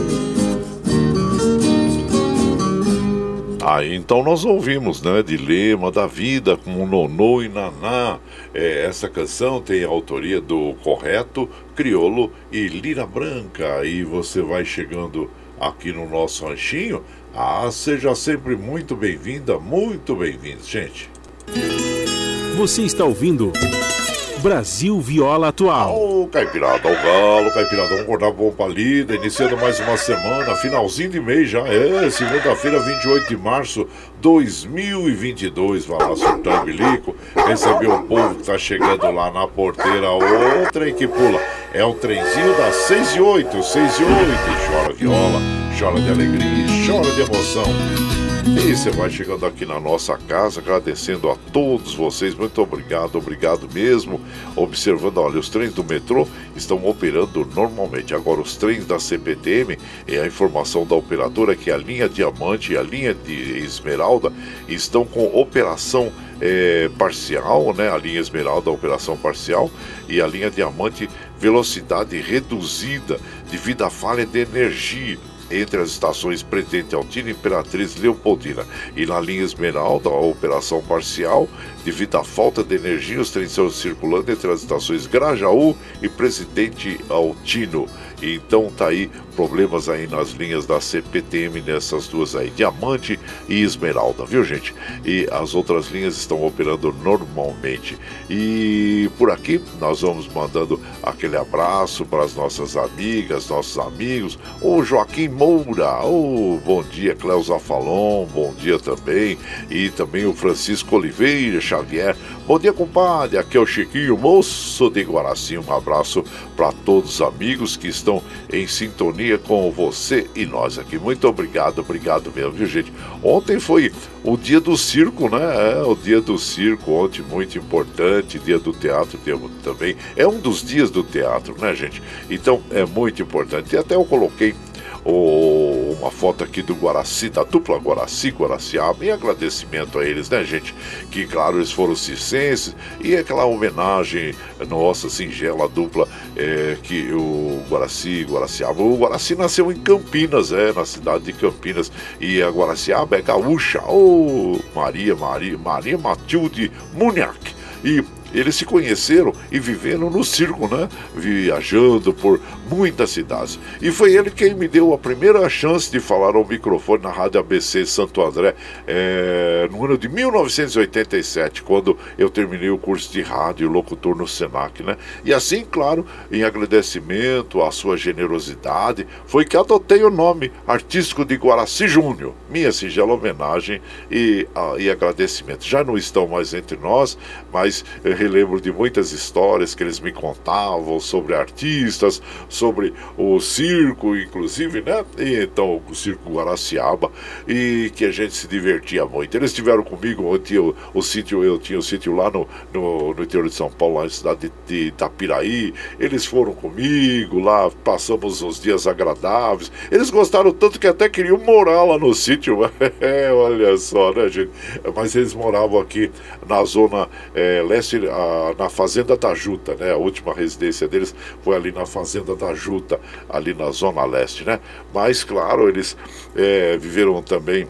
Aí então nós ouvimos, né, Dilema da Vida com Nonô e Naná. Essa canção tem a autoria do Correto, Criolo e Lira Branca. E você vai chegando aqui no nosso ranchinho. Seja sempre muito bem-vinda, muito bem-vindo, gente. Você está ouvindo Brasil Viola Atual. Ô, Caipirada, o galo, Caipirada, vamos acordar bom pra lida, iniciando mais uma semana, finalzinho de mês já, segunda-feira, 28 de março 2022, vai lá surtando bilico, receber o povo que tá chegando lá na porteira, o trem que pula, é o trenzinho das 6 e 8, 6 e 8, chora viola, chora de alegria, chora de emoção. E você vai chegando aqui na nossa casa, agradecendo a todos vocês, muito obrigado, obrigado mesmo. Observando, olha, os trens do metrô estão operando normalmente. Agora os trens da CPTM, a informação da operadora é que a linha Diamante e a linha de Esmeralda estão com operação parcial, né? A linha Esmeralda, operação parcial, e a linha Diamante, velocidade reduzida devido à falha de energia entre as estações Presidente Altino e Imperatriz Leopoldina. E na linha Esmeralda, a operação parcial, devido à falta de energia, os trens estão circulando entre as estações Grajaú e Presidente Altino. Então tá aí, problemas aí nas linhas da CPTM, nessas duas aí. Diamante e Esmeralda, viu, gente? E as outras linhas estão operando normalmente. E por aqui nós vamos mandando aquele abraço para as nossas amigas, nossos amigos. O Joaquim Moura, bom dia, Cleusa Falon, bom dia também. E também o Francisco Oliveira Xavier. Bom dia, compadre. Aqui é o Chiquinho, moço de Guaraci. Um abraço para todos os amigos que estão em sintonia com você e nós aqui. Muito obrigado mesmo, viu, gente? Ontem foi o dia do circo, né? O dia do circo, ontem, muito importante. Dia do teatro também. É um dos dias do teatro, né, gente? Então, é muito importante. E até eu coloquei uma foto aqui do Guaraci, da dupla Guaraciaba, em agradecimento a eles, né, gente? Que, claro, eles foram circenses, e aquela homenagem nossa, singela dupla, que o Guaraciaba. O Guaraci nasceu em Campinas, na cidade de Campinas, e a Guaraciaba é gaúcha, Maria Matilde Muniac. E eles se conheceram e viveram no circo, né? Viajando por muitas cidades. E foi ele quem me deu a primeira chance de falar ao microfone na Rádio ABC Santo André, no ano de 1987, quando eu terminei o curso de rádio e locutor no Senac, né? E assim, claro, em agradecimento à sua generosidade, foi que adotei o nome artístico de Guaraci Júnior. Minha singela homenagem e agradecimento. Já não estão mais entre nós, mas relembro de muitas histórias que eles me contavam sobre artistas, sobre o circo, inclusive, né? E então, o circo Guaraciaba, e que a gente se divertia muito. Eles estiveram comigo, eu tinha o sítio lá no interior de São Paulo, lá na cidade de Itapiraí. Eles foram comigo lá, passamos uns dias agradáveis. Eles gostaram tanto que até queriam morar lá no sítio. Olha só, né, gente? Mas eles moravam aqui na zona leste, na Fazenda da Juta, né? A última residência deles foi ali na Fazenda da Juta, ali na Zona Leste, né? Mas, claro, eles viveram também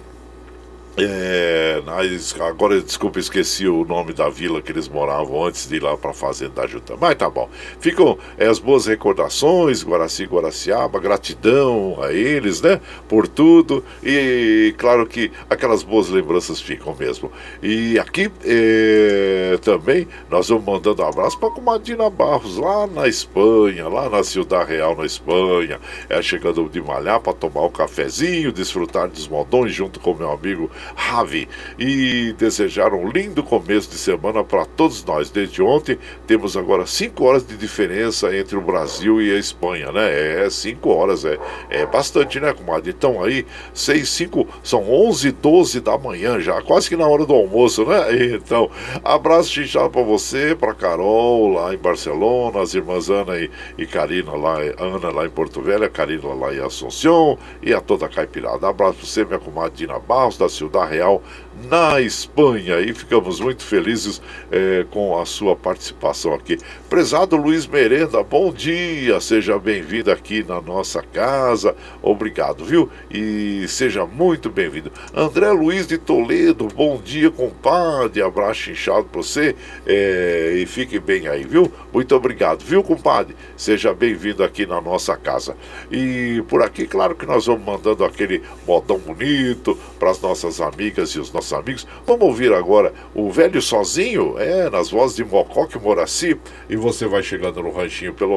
agora, desculpa, esqueci o nome da vila que eles moravam antes de ir lá para a Fazenda da Juta. Mas tá bom. Ficam as boas recordações, Guaraciaba, gratidão a eles, né? Por tudo. E claro que aquelas boas lembranças ficam mesmo. E aqui também nós vamos mandando um abraço para a comadina Barros, lá na Espanha, lá na Ciudad Real, na Espanha. Chegando de malhar para tomar um cafezinho, desfrutar dos modões junto com meu amigo Ravi, e desejar um lindo começo de semana para todos nós. Desde ontem temos agora 5 horas de diferença entre o Brasil e a Espanha, né? 5 horas, é bastante, né, comadre? Então aí, 5, são 11h12 da manhã já, quase que na hora do almoço, né? Então, abraço chinchado para você, para Carol lá em Barcelona, as irmãs Ana e Karina lá, Ana lá em Porto Velho, a Karina lá em Assunção, e a toda a caipirada. Abraço para você, minha comadre Dina Barros, da Ciudad Real, na Espanha, e ficamos muito felizes com a sua participação aqui. Prezado Luiz Merenda, bom dia, seja bem-vindo aqui na nossa casa, obrigado, viu? E seja muito bem-vindo. André Luiz de Toledo, bom dia, compadre, abraço inchado pra você, e fique bem aí, viu? Muito obrigado, viu, compadre? Seja bem-vindo aqui na nossa casa. E por aqui, claro que nós vamos mandando aquele modão bonito para as nossas amigas e os nossos amigos. Vamos ouvir agora o Velho Sozinho, nas vozes de Mocoque Moraci, e você vai chegando no ranchinho pelo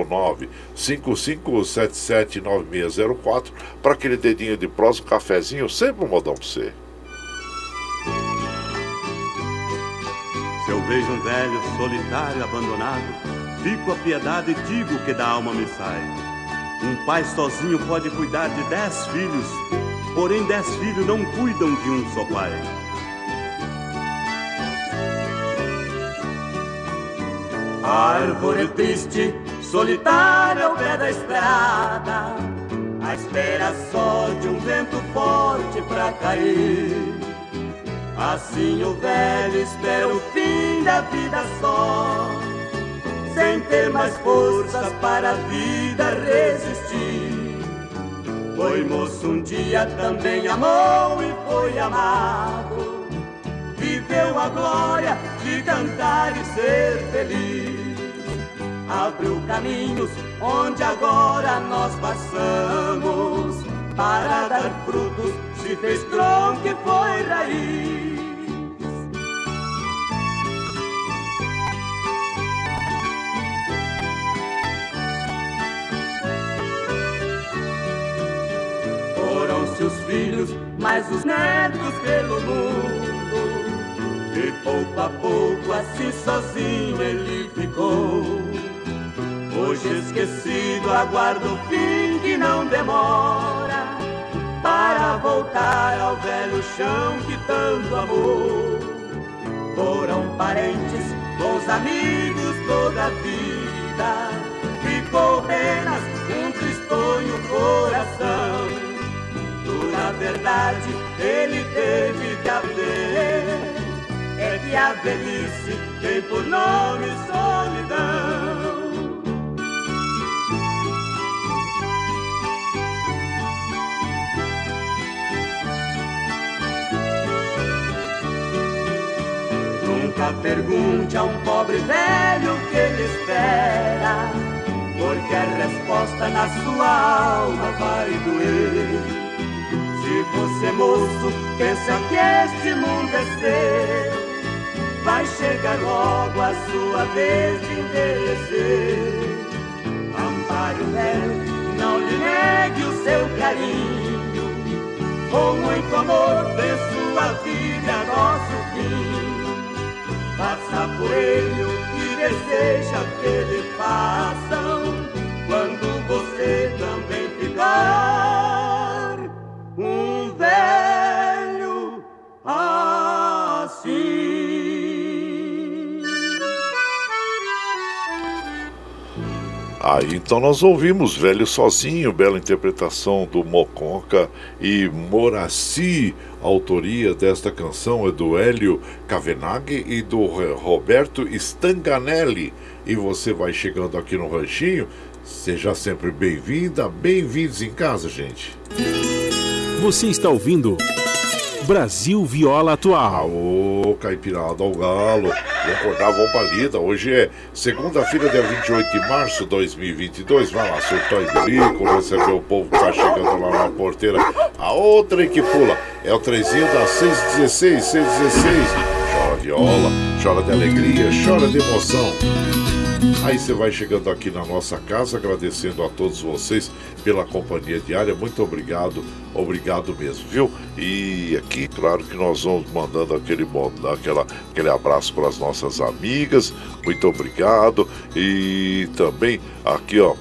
955779604 para aquele dedinho de prosa, um cafezinho, sempre um modão para você. Se eu vejo um velho solitário abandonado, fico a piedade e digo que da alma me sai. Um pai sozinho pode cuidar de 10 filhos, porém 10 filhos não cuidam de um só pai. Árvore triste, solitária ao pé da estrada, à espera só de um vento forte pra cair. Assim o velho espera o fim da vida só, sem ter mais forças para a vida resistir. Foi moço um dia, também amou e foi amado, viveu a glória de cantar e ser feliz. Abriu caminhos onde agora nós passamos, para dar frutos se fez tronco e foi raiz. Foram-se os filhos, mais os netos pelo mundo, e pouco a pouco assim sozinho ele ficou. Hoje esquecido aguarda o fim que não demora, para voltar ao velho chão que tanto amou. Foram parentes, bons amigos toda a vida, ficou apenas um tristonho coração. Na verdade ele teve de haver, é que a velhice tem por nome solidão. Nunca pergunte a um pobre velho o que ele espera, porque a resposta na sua alma vai doer. Se você, moço, pensa que este mundo é seu, vai chegar logo a sua vez de envelhecer. Ampare o velho, não lhe negue o seu carinho, com muito amor de sua vida nosso fim. Faça por ele o que deseja que ele façam, quando você também ficar um velho assim. Aí então nós ouvimos Velho Sozinho, bela interpretação do Mococa e Moraci. A autoria desta canção é do Hélio Cavenaghi e do Roberto Stanganelli. E você vai chegando aqui no Ranchinho, seja sempre bem-vinda, bem-vindos em casa, gente. Você está ouvindo Brasil Viola Atual. Ô, Caipirada ao galo, vamos acordar, vamos pra lida. Hoje é segunda-feira, dia 28 de março de 2022. Vai lá, surtou e bilico, receber o povo que tá chegando lá na porteira. A outra que pula é o trezinho das 616, 616. Chora viola, chora de alegria, chora de emoção. Aí você vai chegando aqui na nossa casa, agradecendo a todos vocês pela companhia diária. Muito obrigado, obrigado mesmo, viu? E aqui, claro que nós vamos mandando aquele abraço para as nossas amigas. Muito obrigado. E também aqui, ó,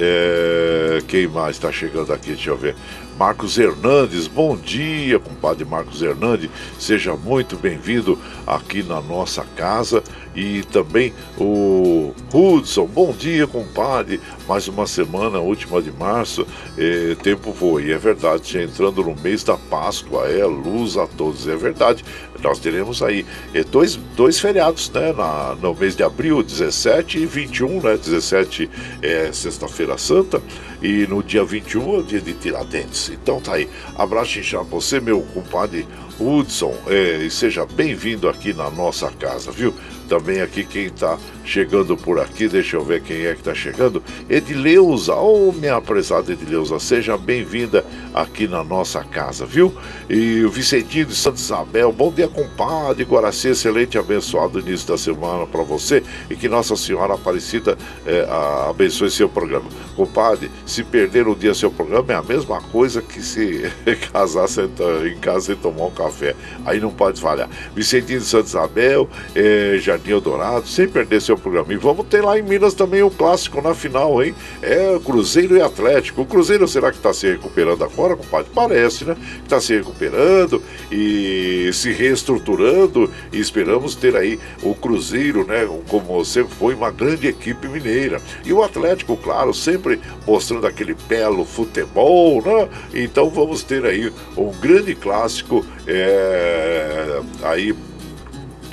quem mais está chegando aqui? Deixa eu ver. Marcos Hernandes, bom dia, compadre Marcos Hernandes, seja muito bem-vindo aqui na nossa casa. E também o Hudson, bom dia, compadre, mais uma semana, última de março, tempo voa, e é verdade, já entrando no mês da Páscoa, luz a todos, é verdade, nós teremos aí dois feriados, né, no mês de abril, 17 e 21, né, 17 é sexta-feira santa, e no dia 21 é o dia de Tiradentes. Então tá aí, abraço inchado pra você, meu compadre Hudson, e seja bem-vindo aqui na nossa casa, viu? Também aqui quem tá chegando por aqui, deixa eu ver quem é que tá chegando. Edileuza, minha prezada Edileuza, seja bem-vinda aqui na nossa casa, viu? E o Vicentinho de Santa Isabel, bom dia, compadre Guaraci, excelente e abençoado início da semana para você e que Nossa Senhora Aparecida abençoe seu programa. Compadre, se perder um dia seu programa é a mesma coisa que se casar em casa e tomar um café, aí não pode falhar. Vicentinho de Santa Isabel, Jardim Eldorado, sem perder seu programa. E vamos ter lá em Minas também um clássico na final, hein? É Cruzeiro e Atlético. O Cruzeiro será que está se recuperando agora, compadre? Parece, né? Está se recuperando e se reestruturando e esperamos ter aí o Cruzeiro, né? Como sempre foi uma grande equipe mineira. E o Atlético, claro, sempre mostrando aquele belo futebol, né? Então vamos ter aí um grande clássico aí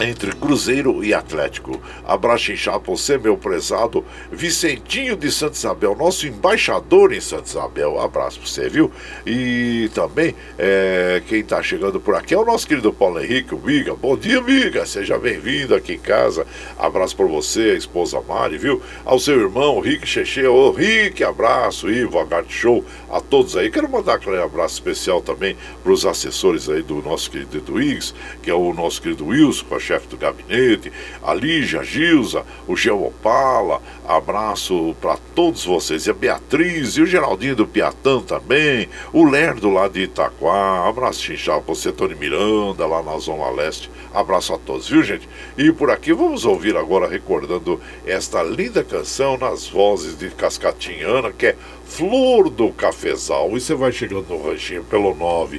entre Cruzeiro e Atlético. Abraço inchado pra você, meu prezado Vicentinho de Santa Isabel, nosso embaixador em Santa Isabel. Abraço pra você, viu? E também, quem tá chegando por aqui é o nosso querido Paulo Henrique, o Miga. Bom dia, Miga, seja bem-vindo aqui em casa. Abraço pra você, a esposa Mari, viu? Ao seu irmão, Rick Cheche. Ô, Rick, abraço, Ivo, Agart Show, a todos aí. Quero mandar aquele abraço especial também pros assessores aí do nosso querido Edu Higgs, que é o nosso querido Wilson, com a chefe do gabinete, a Lígia, a Gilza, o Geo Opala, abraço para todos vocês, e a Beatriz, e o Geraldinho do Piatã também, o Lerdo lá de Itaquá, abraço chinchado para você, Tony Miranda, lá na Zona Leste, abraço a todos, viu, gente? E por aqui vamos ouvir agora, recordando esta linda canção nas vozes de Cascatinhana, que é Flor do Cafezal. E você vai chegando no ranchinho pelo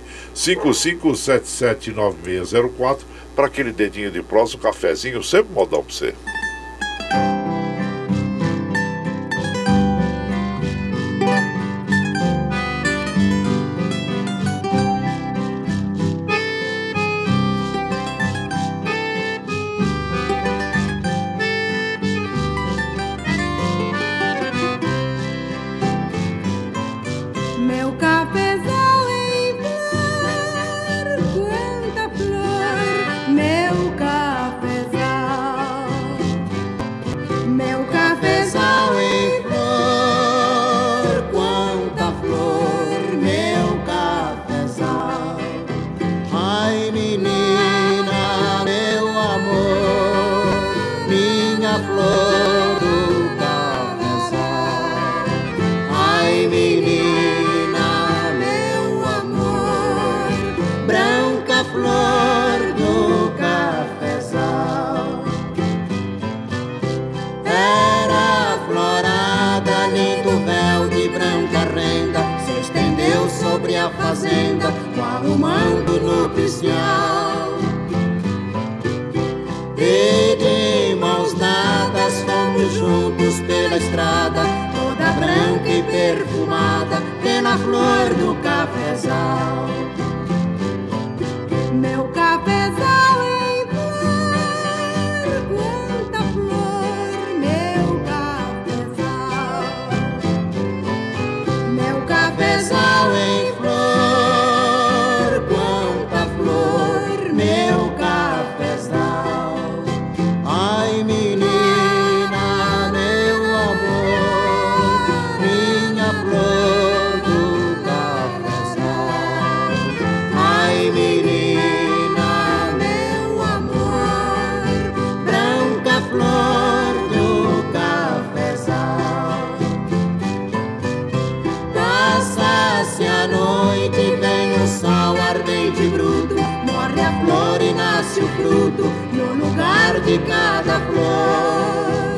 955779604 para aquele dedinho de prosa, um cafezinho, sempre modão pra você. Arrumando nupcial, e de mãos dadas fomos juntos pela estrada, toda branca e perfumada pela flor do cafezal. Meu cafezal em flor, quanta flor, meu cafezal. Meu cafezal em flor, meu cafezal. Ai, menina, meu amor, minha flor do cafezal. Ai, menina, meu amor, branca flor do cafezal. Passa-se a noite, vem o sol ardente e bruto, morre a flor e nasce o fruto no lugar de cada flor.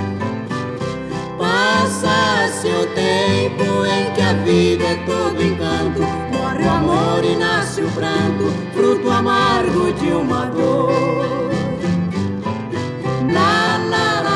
Passa-se o tempo em que a vida é todo encanto, morre o amor e nasce o pranto, fruto amargo de uma dor. La la la.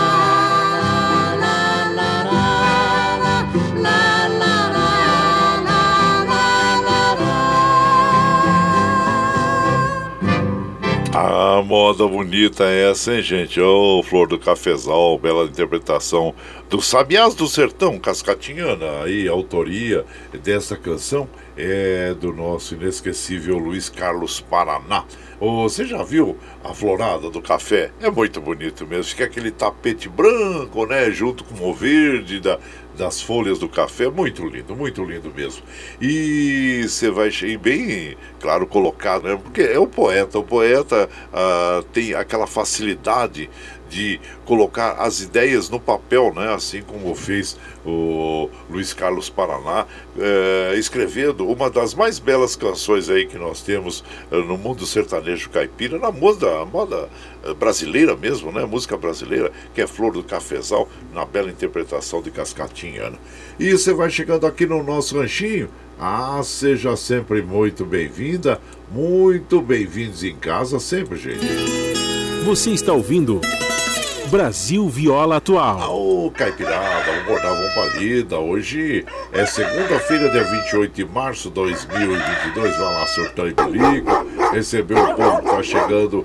Ah, moda bonita essa, hein, gente? Ô, Flor do Cafezal, bela interpretação do Sabiás do Sertão, Cascatinhana. Aí, a autoria dessa canção é do nosso inesquecível Luiz Carlos Paraná. Você já viu a florada do café? É muito bonito mesmo. Fica aquele tapete branco, né? Junto com o verde das folhas do café. Muito lindo mesmo. E você vai bem, claro, colocado, né? Porque é o poeta. O poeta tem aquela facilidade de colocar as ideias no papel, né? Assim como fez o Luiz Carlos Paraná, escrevendo uma das mais belas canções aí que nós temos no mundo sertanejo caipira, na moda brasileira mesmo, né? Música brasileira, que é Flor do Cafezal, na bela interpretação de Cascatinhana. E você vai chegando aqui no nosso ranchinho. Seja sempre muito bem-vinda, muito bem-vindos em casa sempre, gente. Você está ouvindo Brasil Viola Atual. Ô, caipirada, vamos bordar, vamos pra lida. Hoje é segunda-feira, dia 28 de março de 2022. Vai lá, surtando em bilico. Recebeu o povo que tá chegando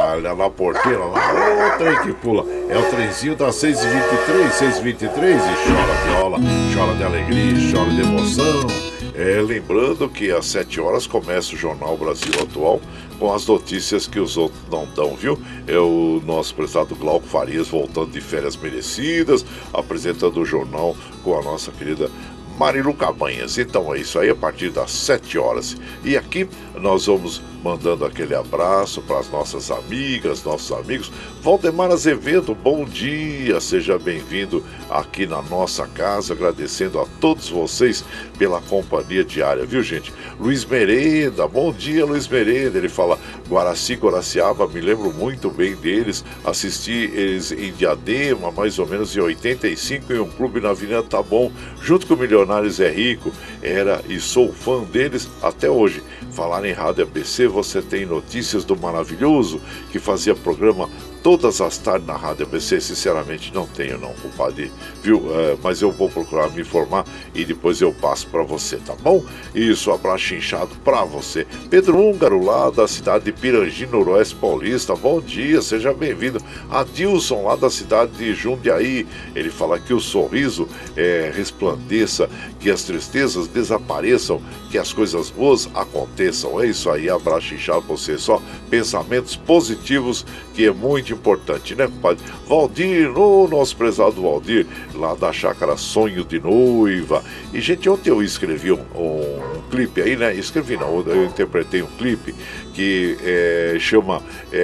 olha na porteira lá, o trem que pula. É o trenzinho das 6h23, 6h23, e chora viola, chora de alegria, chora de emoção. Lembrando que às 7 horas começa o Jornal Brasil Atual com as notícias que os outros não dão, viu? É o nosso prezado Glauco Farias voltando de férias merecidas, apresentando o jornal com a nossa querida Marilu Cabanhas. Então é isso aí, a partir das 7 horas. E aqui nós vamos mandando aquele abraço para as nossas amigas, nossos amigos. Valdemar Azevedo, bom dia, seja bem-vindo aqui na nossa casa, agradecendo a todos vocês pela companhia diária, viu, gente? Luiz Merenda, bom dia, Luiz Merenda, ele fala, Guaraci, Guaraciaba, me lembro muito bem deles, assisti eles em Diadema, mais ou menos em 85, em um clube na Avenida Taboão, junto com o Milionários é Rico, era e sou fã deles até hoje. Falar em Rádio ABC, você tem notícias do maravilhoso que fazia programa todas as tardes na Rádio ABC. Sinceramente não tenho não, compadre, viu? Mas eu vou procurar me informar e depois eu passo para você, tá bom? Isso, abraço inchado para você. Pedro Húngaro, lá da cidade de Pirangi, Noroeste Paulista, bom dia, seja bem-vindo. Adilson, lá da cidade de Jundiaí, ele fala que o sorriso resplandeça, que as tristezas desapareçam, que as coisas boas aconteçam. É isso aí, abraço inchado para você, só pensamentos positivos, que é muito importante, né, compadre? Valdir, o nosso prezado Valdir, lá da chácara Sonho de Noiva. E, gente, ontem eu escrevi um clipe aí, né? Escrevi não, eu interpretei um clipe que chama,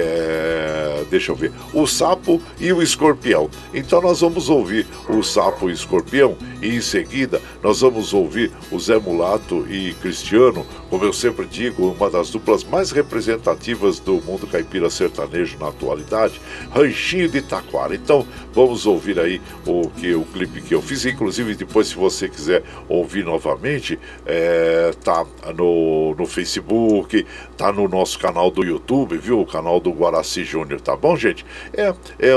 deixa eu ver, O Sapo e o Escorpião. Então nós vamos ouvir o Sapo e o Escorpião e em seguida nós vamos ouvir o Zé Mulato e Cristiano, como eu sempre digo, uma das duplas mais representativas do mundo caipira sertanejo na atualidade, Ranchinho de Taquara. Então vamos ouvir aí o clipe que eu fiz, inclusive depois, se você quiser ouvir novamente, tá no Facebook, tá no nosso canal do YouTube, viu? O canal do Guaraci Júnior, tá bom, gente? É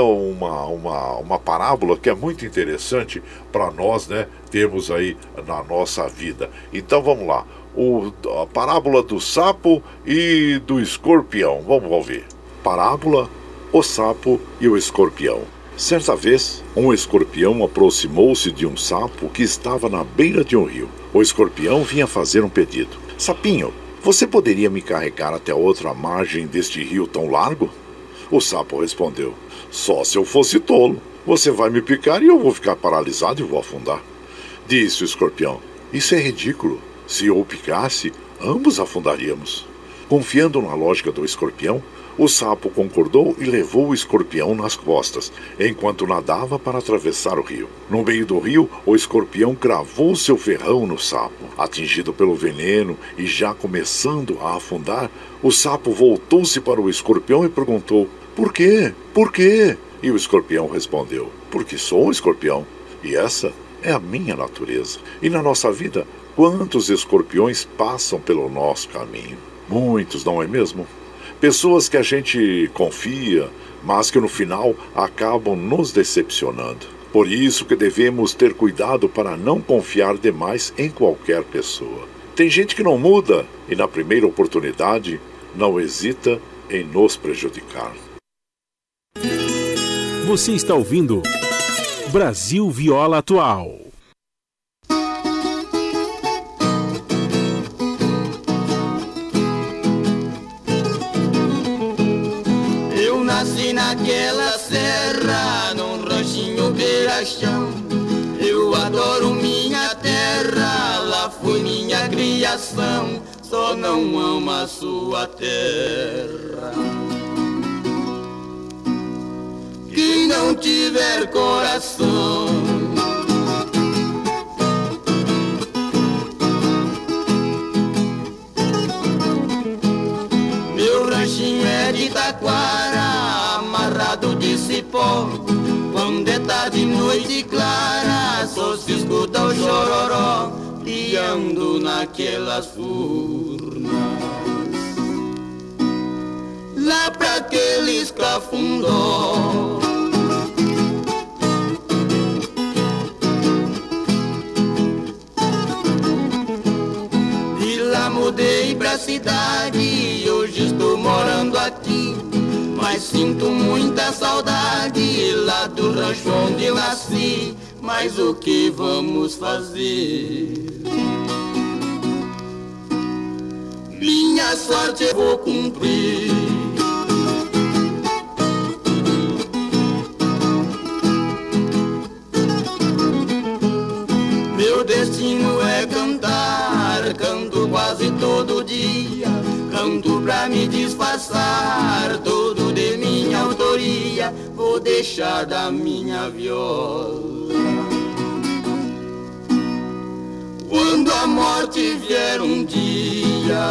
uma parábola que é muito interessante para nós, né? Temos aí na nossa vida. Então vamos lá. A parábola do sapo e do escorpião. Vamos ouvir. Parábola, o sapo e o escorpião. Certa vez, um escorpião aproximou-se de um sapo que estava na beira de um rio. O escorpião vinha fazer um pedido. Sapinho, você poderia me carregar até a outra margem deste rio tão largo? O sapo respondeu, só se eu fosse tolo. Você vai me picar e eu vou ficar paralisado e vou afundar. Disse o escorpião, isso é ridículo. Se eu o picasse, ambos afundaríamos. Confiando na lógica do escorpião, o sapo concordou e levou o escorpião nas costas, enquanto nadava para atravessar o rio. No meio do rio, o escorpião cravou seu ferrão no sapo. Atingido pelo veneno e já começando a afundar, o sapo voltou-se para o escorpião e perguntou, por quê? Por quê? E o escorpião respondeu, porque sou um escorpião, e essa é a minha natureza. E na nossa vida, quantos escorpiões passam pelo nosso caminho? Muitos, não é mesmo? Pessoas que a gente confia, mas que no final acabam nos decepcionando. Por isso que devemos ter cuidado para não confiar demais em qualquer pessoa. Tem gente que não muda e na primeira oportunidade não hesita em nos prejudicar. Você está ouvindo Brasil Viola Atual. Nasci naquela serra, num ranchinho beira-chão. Eu adoro minha terra, lá foi minha criação. Só não amo a sua terra. Quem não tiver coração, meu ranchinho é de taquara, amarrado de cipó. Quando é tarde, noite clara, só se escuta o chororó piando naquelas furnas. Lá pra aqueles cafundó, de lá mudei pra cidade, hoje estou morando aqui. mas sinto muita saudade lá do rancho onde eu nasci. Mas o que vamos fazer? Minha sorte eu vou cumprir. Meu destino é cantar, canto quase todo dia. Canto pra me disfarçar, todo de minha autoria. Vou deixar da minha viola. Quando a morte vier um dia.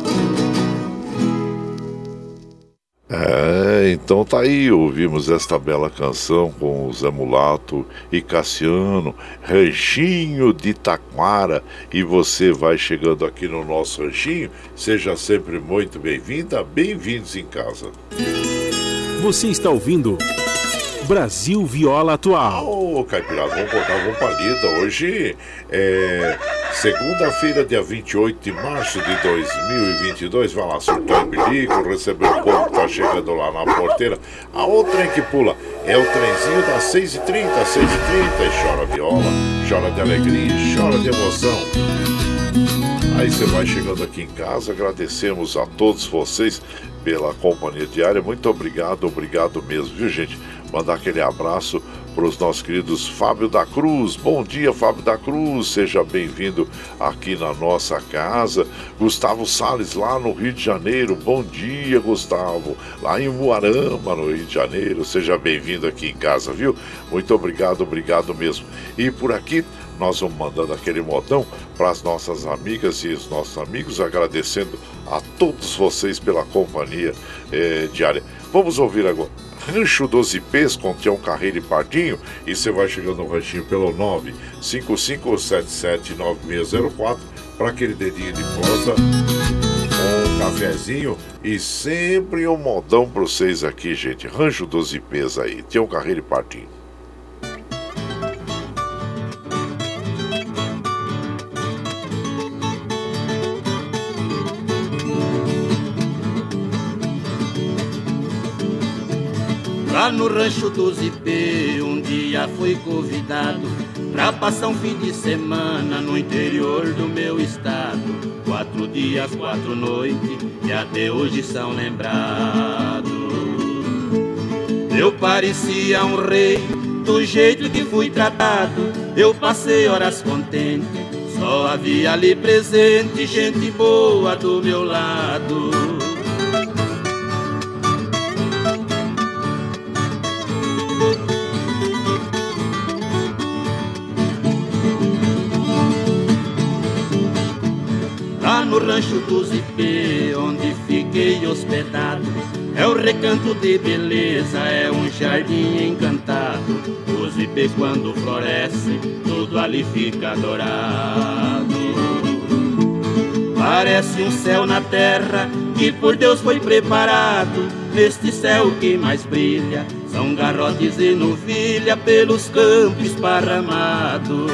Então tá aí, ouvimos esta bela canção com o Zé Mulato e Cassiano, Ranchinho de Taquara. E você vai chegando aqui no nosso ranchinho, seja sempre muito bem-vinda, bem-vindos em casa. Você está ouvindo Brasil Viola Atual. Ô, Caipirada, vamos botar uma palida. Hoje é segunda-feira, dia 28 de março de 2022. Vai lá, surtou em bilico, recebeu o povo que tá chegando lá na porteira. A outra que pula é o trenzinho das 6h30, 6h30. E chora viola, chora de alegria, chora de emoção. Aí você vai chegando aqui em casa, agradecemos a todos vocês pela companhia diária. Muito obrigado, obrigado mesmo, viu, gente? Mandar aquele abraço para os nossos queridos Fábio da Cruz. Bom dia, Fábio da Cruz, seja bem-vindo aqui na nossa casa. Gustavo Salles, lá no Rio de Janeiro. Bom dia, Gustavo, lá em Umuarama, no Rio de Janeiro. Seja bem-vindo aqui em casa, viu? Muito obrigado, obrigado mesmo. E por aqui nós vamos mandando aquele modão para as nossas amigas e os nossos amigos, agradecendo a todos vocês pela companhia diária. Vamos ouvir agora Rancho dos Ipês com Tião Carreiro e Pardinho. E você vai chegando no ranchinho pelo 955779604 para aquele dedinho de prosa, um cafezinho e sempre um modão para vocês aqui, gente. Rancho dos Ipês aí, Tião Carreiro e Pardinho. Lá no rancho dos Ipê, um dia fui convidado pra passar um fim de semana no interior do meu estado. 4 dias, 4 noites, que até hoje são lembrados. Eu parecia um rei, do jeito que fui tratado. Eu passei horas contente, só havia ali presente gente boa do meu lado. No rancho dos Ipê, onde fiquei hospedado, é o recanto de beleza, é um jardim encantado. Os ipês quando florescem, tudo ali fica dourado. Parece um céu na terra que por Deus foi preparado. Neste céu que mais brilha são garrotes e novilha pelos campos esparramados.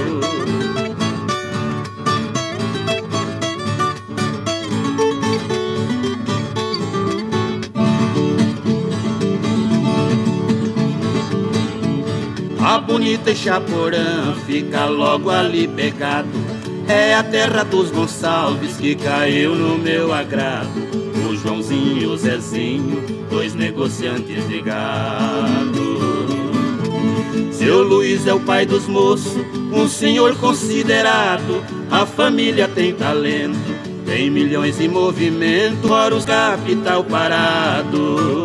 A bonita Chaporã fica logo ali pegado. É a terra dos Gonçalves que caiu no meu agrado. O Joãozinho e o Zezinho, 2 negociantes de gado. Seu Luiz é o pai dos moços, um senhor considerado. A família tem talento, tem milhões em movimento, ora os capital parado.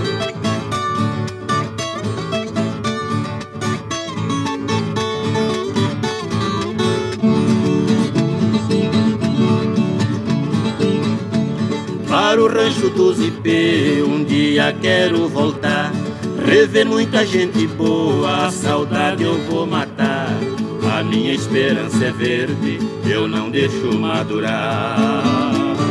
Para o rancho dos Ipê, um dia quero voltar, rever muita gente boa, a saudade eu vou matar. A minha esperança é verde, eu não deixo madurar.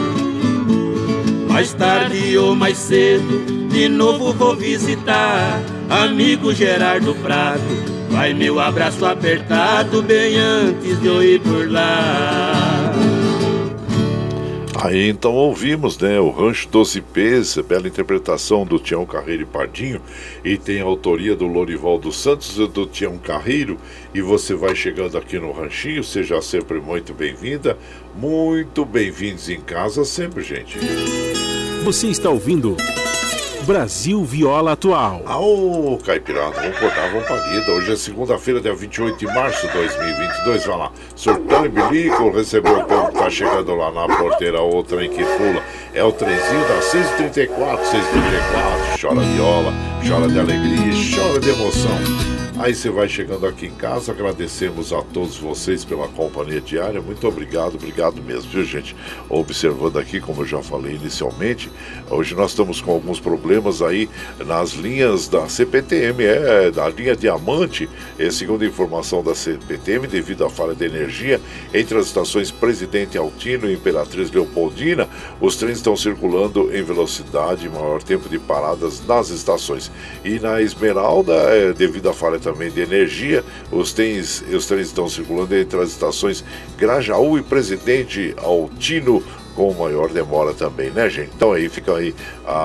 Mais tarde ou mais cedo, de novo vou visitar amigo Gerardo Prado. Vai meu abraço apertado, bem antes de eu ir por lá. Aí então ouvimos, né, o Rancho Doce Pês, bela interpretação do Tião Carreiro e Pardinho, e tem a autoria do Lorival dos Santos e do Tião Carreiro. E você vai chegando aqui no Ranchinho, seja sempre muito bem-vinda, muito bem-vindos em casa sempre, gente. Você está ouvindo Brasil Viola Atual. Ô, Caipirada, vamos cortar, vamos pra lida. Hoje é segunda-feira, dia 28 de março de 2022. Vai lá, Surtão e Bilico, recebeu o povo que tá chegando lá na porteira, outra em que pula. É o trenzinho da 634, 634. Chora viola, chora de alegria, chora de emoção. Aí você vai chegando aqui em casa, agradecemos a todos vocês pela companhia diária, muito obrigado, obrigado mesmo, viu gente? Observando aqui, como eu já falei inicialmente, hoje nós estamos com alguns problemas aí nas linhas da CPTM, da linha Diamante, segundo a informação da CPTM, devido à falha de energia entre as estações Presidente Altino e Imperatriz Leopoldina, os trens estão circulando em velocidade, maior tempo de paradas nas estações. E na Esmeralda, devido à falha também de energia, os trens estão circulando entre as estações Grajaú e Presidente Altino com maior demora também, né, gente? Então aí fica aí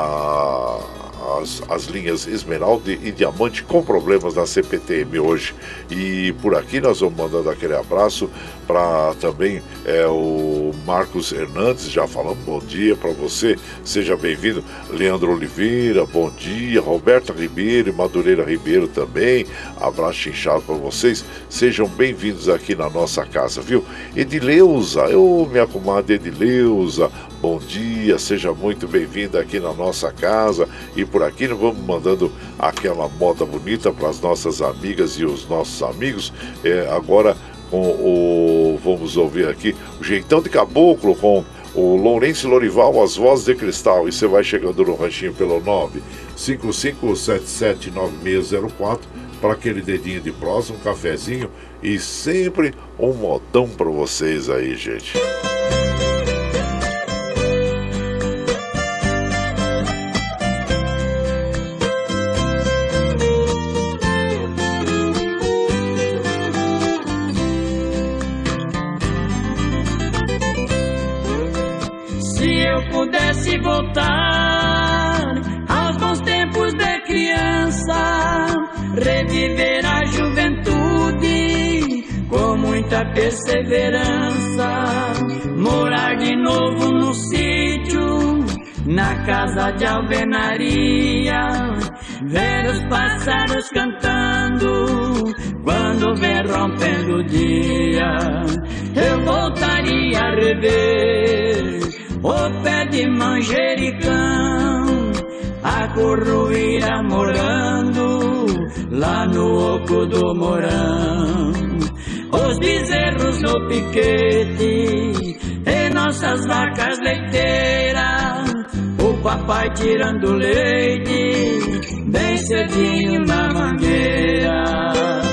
as linhas Esmeralda e Diamante com problemas na CPTM hoje. E por aqui nós vamos mandando aquele abraço para também o Marcos Hernandes, já falamos, bom dia para você, seja bem-vindo. Leandro Oliveira, bom dia. Roberta Ribeiro e Madureira Ribeiro também, abraço inchado para vocês, sejam bem-vindos aqui na nossa casa, viu? Edileuza, minha comadre Edileuza, bom dia, seja muito bem-vinda aqui na nossa casa. E por aqui nós vamos mandando aquela moda bonita para as nossas amigas e os nossos amigos. Agora vamos ouvir aqui o Jeitão de Caboclo com o Lourenço Lorival, as vozes de cristal. E você vai chegando no ranchinho pelo 955779604 para aquele dedinho de prosa, um cafezinho e sempre um modão para vocês aí, gente. Pudesse voltar aos bons tempos de criança, reviver a juventude com muita perseverança, morar de novo no sítio, na casa de alvenaria, ver os pássaros cantando quando vem rompendo o dia. Eu voltaria a rever o pé de manjericão, a curruíra morando lá no oco do morão, os bezerros no piquete e nossas vacas leiteiras, o papai tirando leite bem cedinho na mangueira.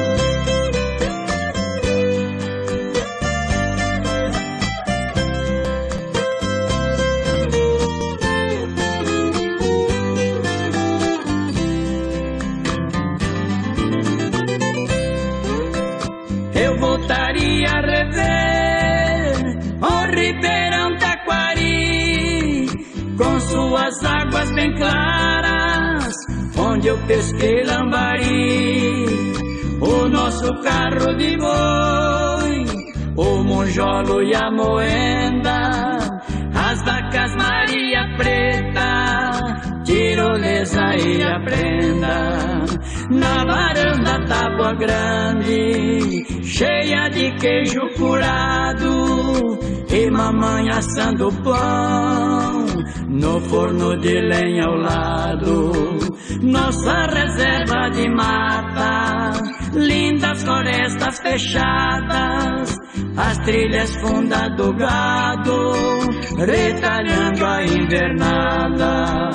Voltaria a rever o Ribeirão Taquari, com suas águas bem claras, onde eu pesquei lambari, o nosso carro de boi, o monjolo e a moenda, as vacas Maria Preta, tirolesa e a prenda, na varanda tábua grande, cheia de queijo curado, e mamãe assando pão no forno de lenha ao lado. Nossa reserva de mata, lindas florestas fechadas, as trilhas fundas do gado, retalhando a invernada.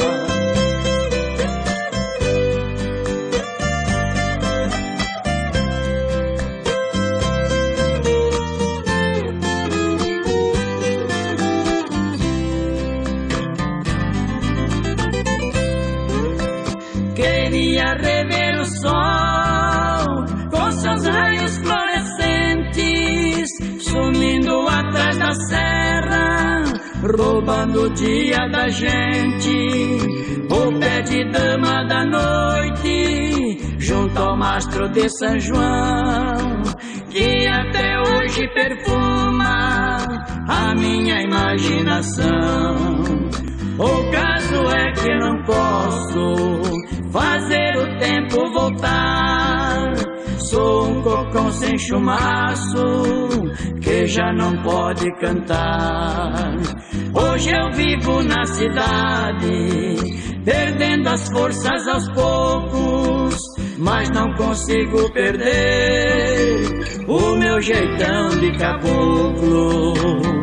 Queria rever o sol com seus raios fluorescentes, sumindo atrás da serra, roubando o dia da gente, o pé de dama da noite, junto ao mastro de São João, que até hoje perfuma a minha imaginação. O caso é que não posso fazer o tempo voltar, sou um cocão sem chumaço que já não pode cantar. Hoje eu vivo na cidade, perdendo as forças aos poucos, mas não consigo perder o meu jeitão de caboclo.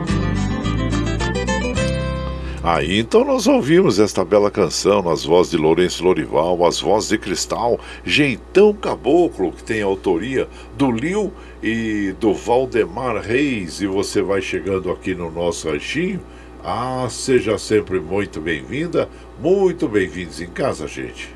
Aí então nós ouvimos esta bela canção nas vozes de Lourenço Lorival, as vozes de Cristal, Jeitão Caboclo, que tem a autoria do Lio e do Valdemar Reis. E você vai chegando aqui no nosso ranchinho. Ah, seja sempre muito bem-vinda, muito bem-vindos em casa, gente.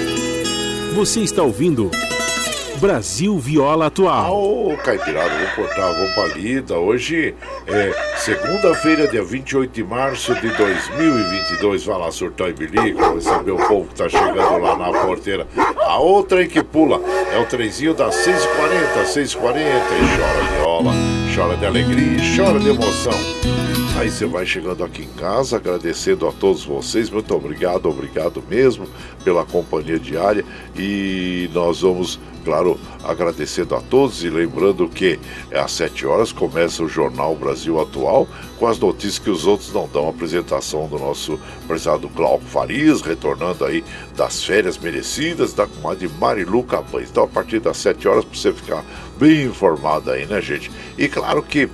Você está ouvindo Brasil Viola Atual. Ô, Caipirada, vamos cortar, vamos pra lida. Hoje é segunda-feira, dia 28 de março de 2022. Vai lá, surtar e bilico, receber o povo que tá chegando lá na porteira. A outra que pula é o trenzinho das 6h40, 6h40. E chora viola, chora de alegria e chora de emoção. Aí você vai chegando aqui em casa, agradecendo a todos vocês. Muito obrigado, obrigado mesmo pela companhia diária. E nós vamos, claro, agradecendo a todos e lembrando que às 7 horas começa o Jornal Brasil Atual com as notícias que os outros não dão. A apresentação do nosso prezado Glauco Farias, retornando aí das férias merecidas, da comadre Marilu Cabanes. Então, a partir das 7 horas, para você ficar bem informado aí, né, gente? E claro que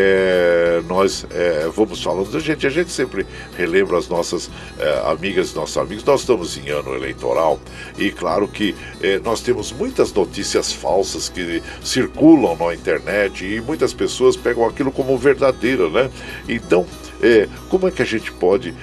nós vamos falando, a gente sempre relembra as nossas amigas e nossos amigos. Nós estamos em ano eleitoral e claro que nós temos muitas notícias falsas que circulam na internet e muitas pessoas pegam aquilo como verdadeiro, né? Então, como é que a gente pode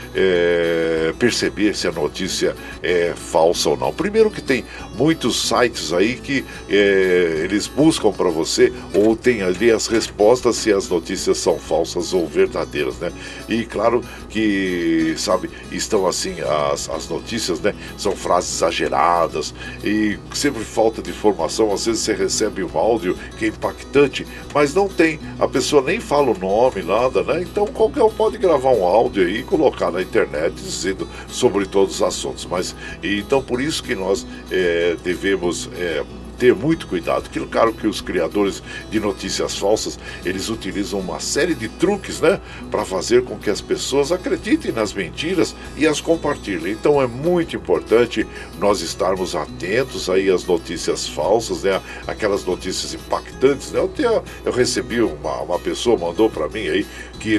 perceber se a notícia é falsa ou não? Primeiro que tem muitos sites aí que eles buscam para você ou tem ali as respostas se as notícias são falsas ou verdadeiras, né? E claro que, sabe, estão assim, as notícias, né? São frases exageradas e sempre falta de informação. Às vezes você recebe um áudio que é impactante, mas não tem, a pessoa nem fala o nome, nada, né? Então qualquer um pode gravar um áudio aí e colocar na internet dizendo sobre todos os assuntos. Mas então por isso que nós devemos ter muito cuidado. Claro que os criadores de notícias falsas, eles utilizam uma série de truques, né, para fazer com que as pessoas acreditem nas mentiras e as compartilhem. Então é muito importante nós estarmos atentos aí às notícias falsas, né, aquelas notícias impactantes, né. Eu recebi uma pessoa mandou para mim aí que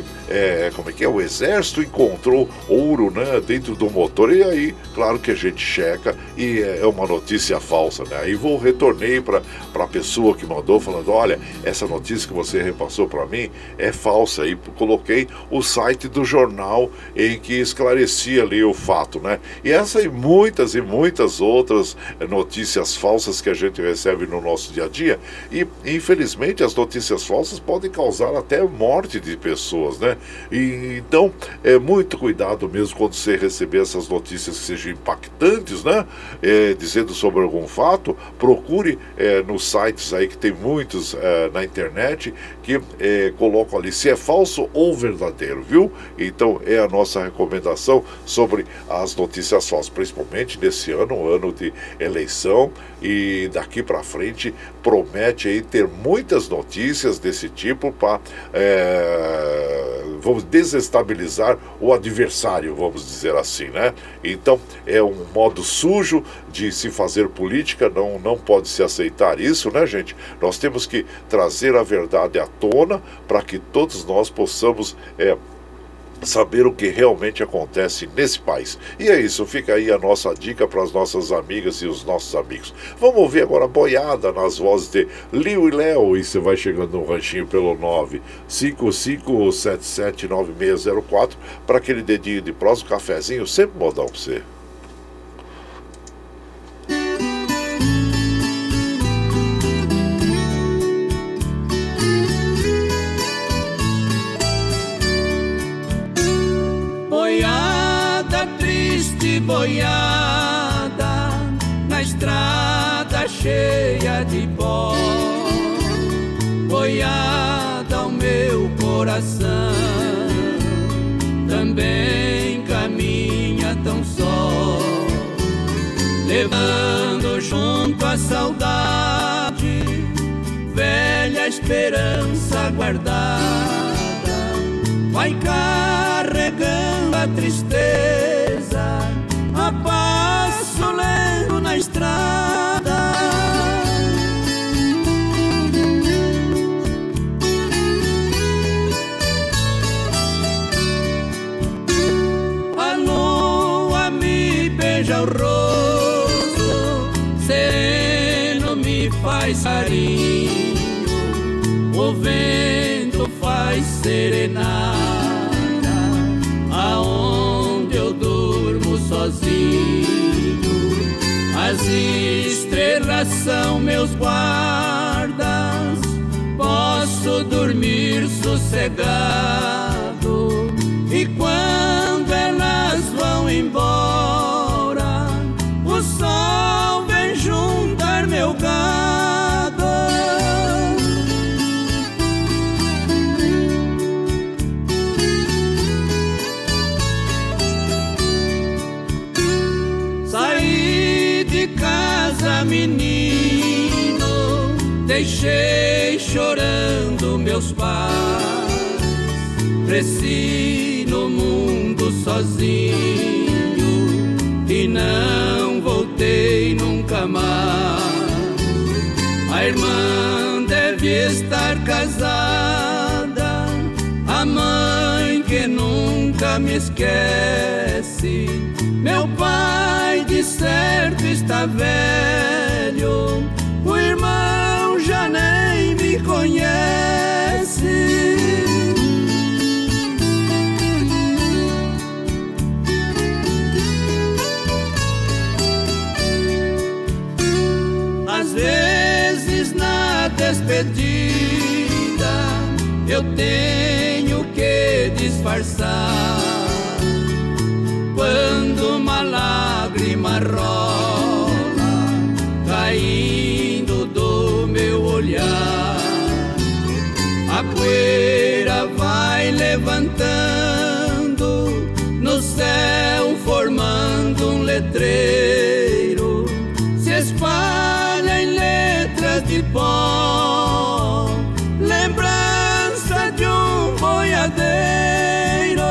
o exército encontrou ouro, né, dentro do motor, e aí claro que a gente checa e é uma notícia falsa, né. Aí retornei para a pessoa que mandou falando, olha, essa notícia que você repassou para mim é falsa, e coloquei o site do jornal em que esclarecia ali o fato, né. E essa e muitas outras notícias falsas que a gente recebe no nosso dia a dia, e infelizmente as notícias falsas podem causar até morte de pessoas, né? E então muito cuidado mesmo quando você receber essas notícias que sejam impactantes, né? Dizendo sobre algum fato, procure nos sites aí que tem muitos na internet que colocam ali se é falso ou verdadeiro, viu? Então é a nossa recomendação sobre as notícias falsas, principalmente nesse ano de eleição, e daqui para frente promete aí ter muitas notícias desse tipo para vamos desestabilizar o adversário, vamos dizer assim, né? Então é um modo sujo de se fazer política, não pode se aceitar isso, né, gente? Nós temos que trazer a verdade à tona para que todos nós possamos saber o que realmente acontece nesse país. E é isso, fica aí a nossa dica para as nossas amigas e os nossos amigos. Vamos ouvir agora a boiada nas vozes de Lio e Léo, e você vai chegando no ranchinho pelo 955779604 para aquele dedinho de prosa, um cafezinho, sempre modão para você. boiada na estrada cheia de pó. Boiada ao meu coração também caminha tão só, levando junto a saudade velha esperança guardada. Vai carregando a tristeza a passo lento na estrada. A lua me beija o rosto, sereno me faz carinho, o vento faz serenata aonde eu durmo sozinho. As estrelas são meus guardas, posso dormir sossegado. E quando elas vão embora, o sol vem juntar meu gado. Saí de casa, menino, deixei chorando meus pais. Cresci no mundo sozinho e não voltei nunca mais. A irmã deve estar casada, a mãe que nunca me esquece. Meu pai de certo está velho, o irmão já nem me conhece. Às vezes na despedida eu tenho que disfarçar, quando uma lágrima rola caindo do meu olhar. A poeira vai levantando no céu, formando um letreiro, se espalha em letras de pó, lembrança de um boiadeiro.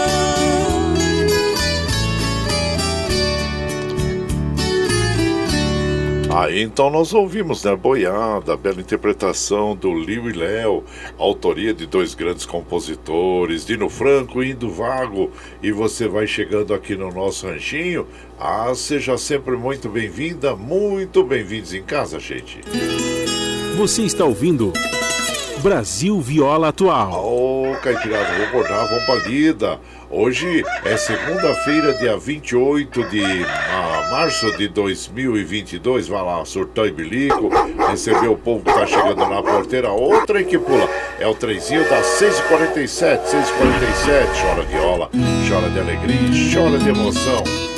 Aí então nós ouvimos, né, Boiada, bela interpretação do Liu e Léo, autoria de dois grandes compositores, Dino Franco e Indo Vago. E você vai chegando aqui no nosso ranchinho. Seja sempre muito bem-vinda, muito bem-vindos em casa, gente. Você está ouvindo Brasil Viola Atual. Ô, Caipirada, vamos acordar, vamos pra lida. Hoje é segunda-feira, dia 28 de março de 2022. Vai lá, surtão e bilico, receber o povo que tá chegando na porteira. Outra que pula é o trenzinho das 6h47, 6h47. Chora viola, chora de alegria, chora de emoção.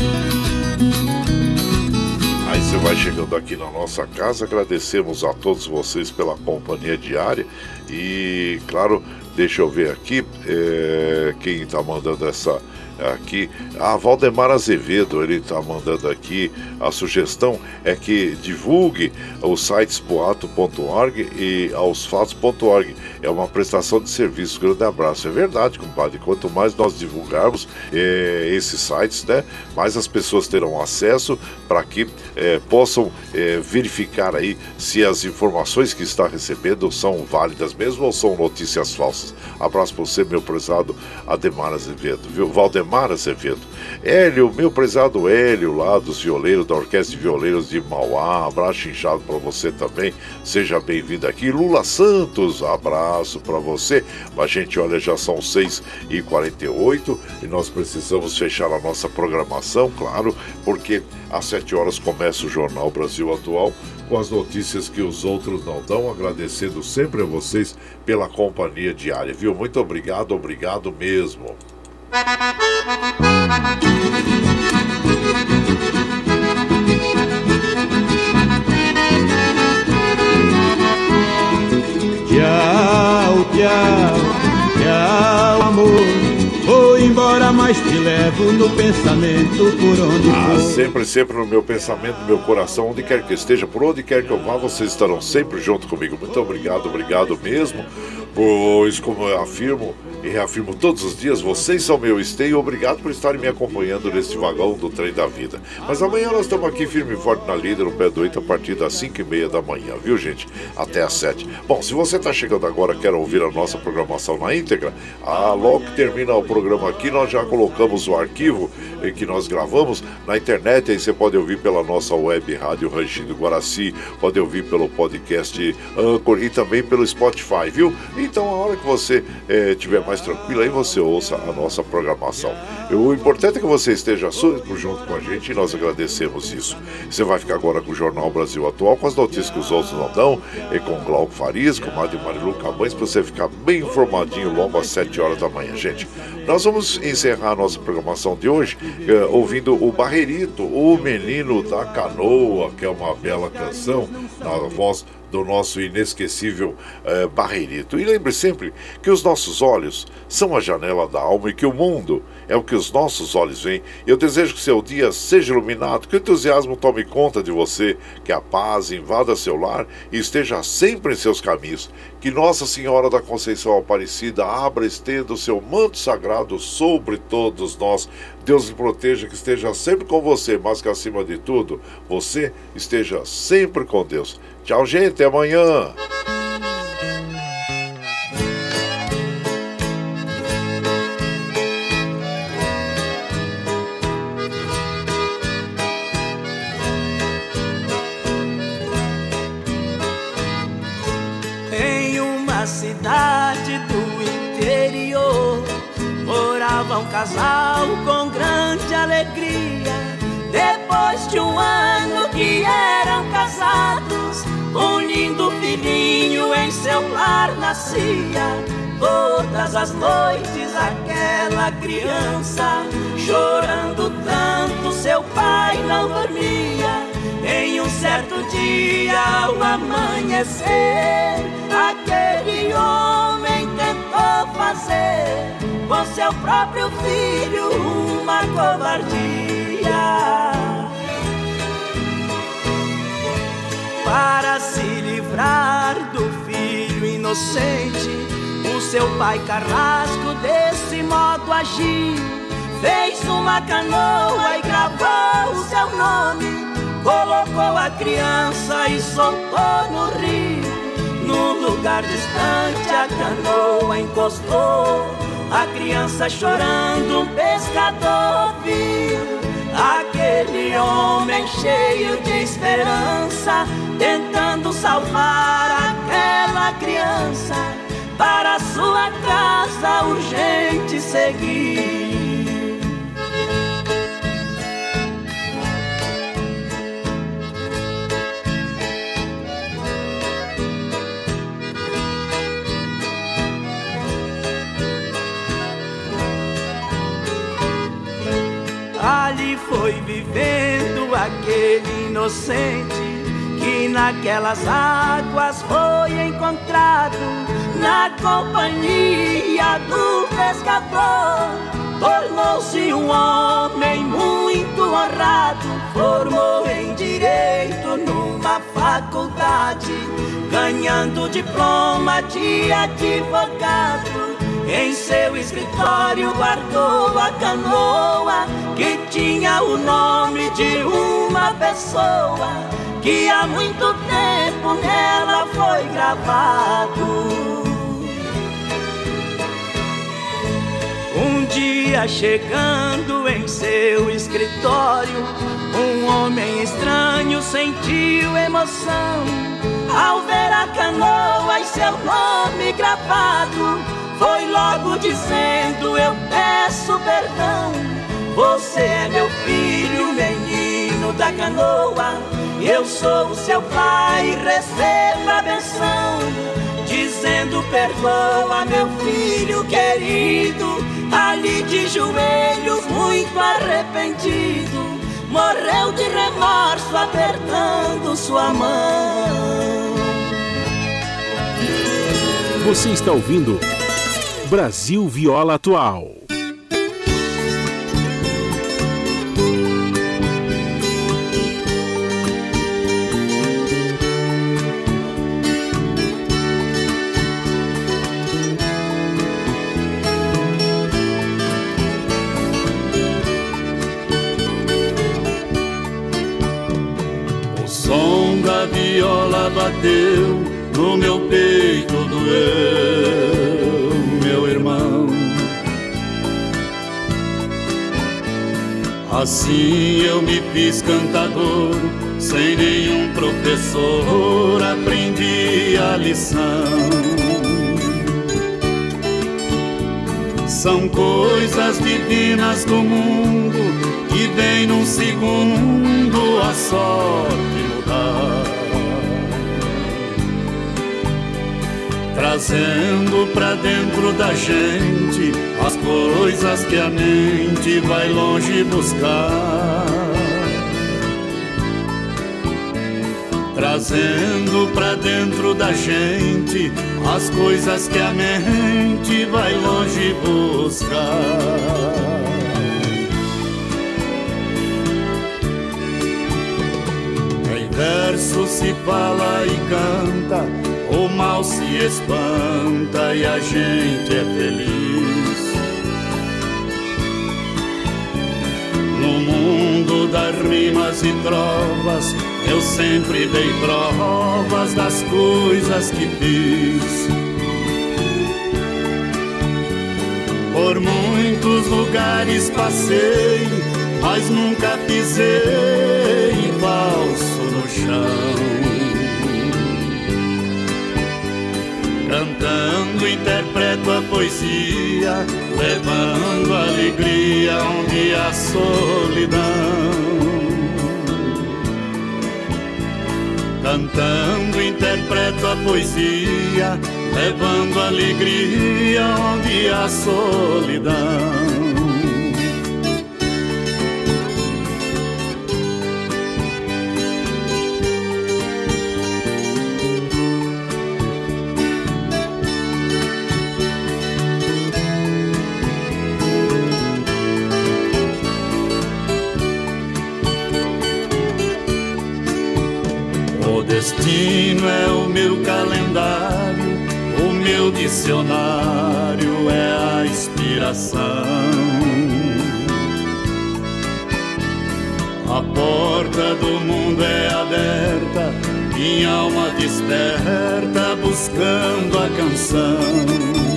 Aí você vai chegando aqui na nossa casa. Agradecemos a todos vocês pela companhia diária. E, claro, deixa eu ver aqui quem está mandando essa aqui. Valdemar Azevedo, ele está mandando aqui. A sugestão é que divulgue os sites boato.org e aosfatos.org. É uma prestação de serviço. Grande abraço. É verdade, compadre. Quanto mais nós divulgarmos esses sites, né, mais as pessoas terão acesso para que possam verificar aí se as informações que está recebendo são válidas mesmo ou são notícias falsas. Abraço para você, meu prezado Ademar Azevedo, viu? Valdemar Azevedo. Hélio, meu prezado Hélio, lá dos violeiros, da Orquestra de Violeiros de Mauá, abraço inchado para você também, seja bem-vindo aqui. Lula Santos, abraço para você. Mas, gente, olha, já são 6h48 e nós precisamos fechar a nossa programação, claro, porque às 7 horas começa o Jornal Brasil Atual, com as notícias que os outros não dão, agradecendo sempre a vocês pela companhia diária, viu? Muito obrigado, obrigado mesmo. leal amor. Vou embora, mas te levo no pensamento por onde for. Sempre no meu pensamento, no meu coração, onde quer que esteja, por onde quer que eu vá, vocês estarão sempre junto comigo. Muito obrigado mesmo, pois como eu afirmo e reafirmo todos os dias, vocês são meu esteio. Obrigado por estarem me acompanhando neste vagão do trem da vida. Mas amanhã nós estamos aqui firme e forte na Líder, no pé do 8, a partir das 5h30 da manhã, viu, gente? Até às 7. Bom, se você está chegando agora, quer ouvir a nossa programação na íntegra, logo que termina o programa aqui, nós já colocamos o arquivo que nós gravamos na internet. Aí você pode ouvir pela nossa web rádio Rangido Guaraci, pode ouvir pelo podcast Anchor e também pelo Spotify, viu? Então a hora que você estiver mais tranquilo, aí você ouça a nossa programação. O importante é que você esteja junto com a gente e nós agradecemos isso. Você vai ficar agora com o Jornal Brasil Atual, com as notícias que os outros não dão, e com o Glauco Farias, com o Mário Marilu Camões, para você ficar bem informadinho logo às 7 horas da manhã, gente. Nós vamos encerrar a nossa programação de hoje ouvindo o Barreirito, o Menino da Canoa, que é uma bela canção na voz do nosso inesquecível Barreirito. E lembre sempre que os nossos olhos são a janela da alma e que o mundo é o que os nossos olhos veem. Eu desejo que seu dia seja iluminado, que o entusiasmo tome conta de você, que a paz invada seu lar e esteja sempre em seus caminhos. Que Nossa Senhora da Conceição Aparecida abra e estenda o seu manto sagrado sobre todos nós. Deus lhe proteja, que esteja sempre com você, mas que acima de tudo, você esteja sempre com Deus. Tchau, gente, até amanhã. Em uma cidade do interior morava um casal com grande alegria. Depois de um ano que eram casados, um lindo filhinho em seu lar nascia. Todas as noites aquela criança, chorando tanto, seu pai não dormia. Em um certo dia, ao amanhecer, aquele homem tentou fazer com seu próprio filho uma covardia. Para se livrar do filho inocente, o seu pai carrasco desse modo agiu. Fez uma canoa e gravou o seu nome, colocou a criança e soltou no rio. Num lugar distante a canoa encostou, a criança chorando um pescador viu. Aquele homem cheio de esperança, tentando salvar aquela criança, para sua casa urgente seguir. Ali foi vivendo aquele inocente que naquelas águas foi encontrado. Na companhia do pescador, tornou-se um homem muito honrado. Formou em direito numa faculdade, ganhando diploma de advogado. Em seu escritório guardou a canoa que tinha o nome de uma pessoa que há muito tempo nela foi gravado. Um dia chegando em seu escritório, um homem estranho sentiu emoção ao ver a canoa e seu nome gravado. Foi logo dizendo: eu peço perdão, você é meu filho, menino da canoa. Eu sou o seu pai, receba a benção. Dizendo: perdoa, meu filho querido. Ali de joelhos, muito arrependido, morreu de remorso, apertando sua mão. Você está ouvindo Brasil Viola Atual. O som da viola bateu no meu peito, doeu, meu irmão. Assim eu me fiz cantador, sem nenhum professor aprendi a lição. São coisas divinas do mundo que vem num segundo a sorte mudar, trazendo pra dentro da gente as coisas que a mente vai longe buscar, trazendo pra dentro da gente as coisas que a mente vai longe buscar. Em verso se fala e canta, o mal se espanta e a gente é feliz. No mundo das rimas e trovas, eu sempre dei provas das coisas que fiz. Por muitos lugares passei, mas nunca pisei falso no chão. Cantando interpreto a poesia, levando alegria onde há solidão. Cantando interpreto a poesia, levando alegria onde há solidão. O destino é o meu calendário, o meu dicionário é a inspiração. A porta do mundo é aberta, minha alma desperta buscando a canção.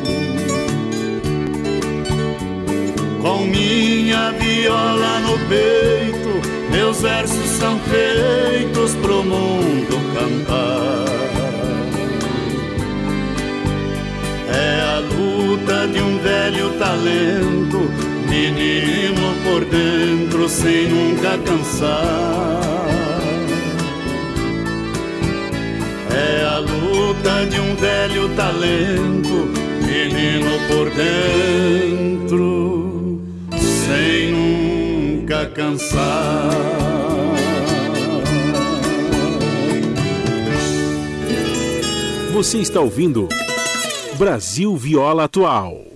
Com minha viola no peito, meus versos são feitos pro mundo cantar. É a luta de um velho talento, menino por dentro sem nunca cansar. É a luta de um velho talento, menino por dentro sem nunca cansar. Você está ouvindo Brasil Viola Atual.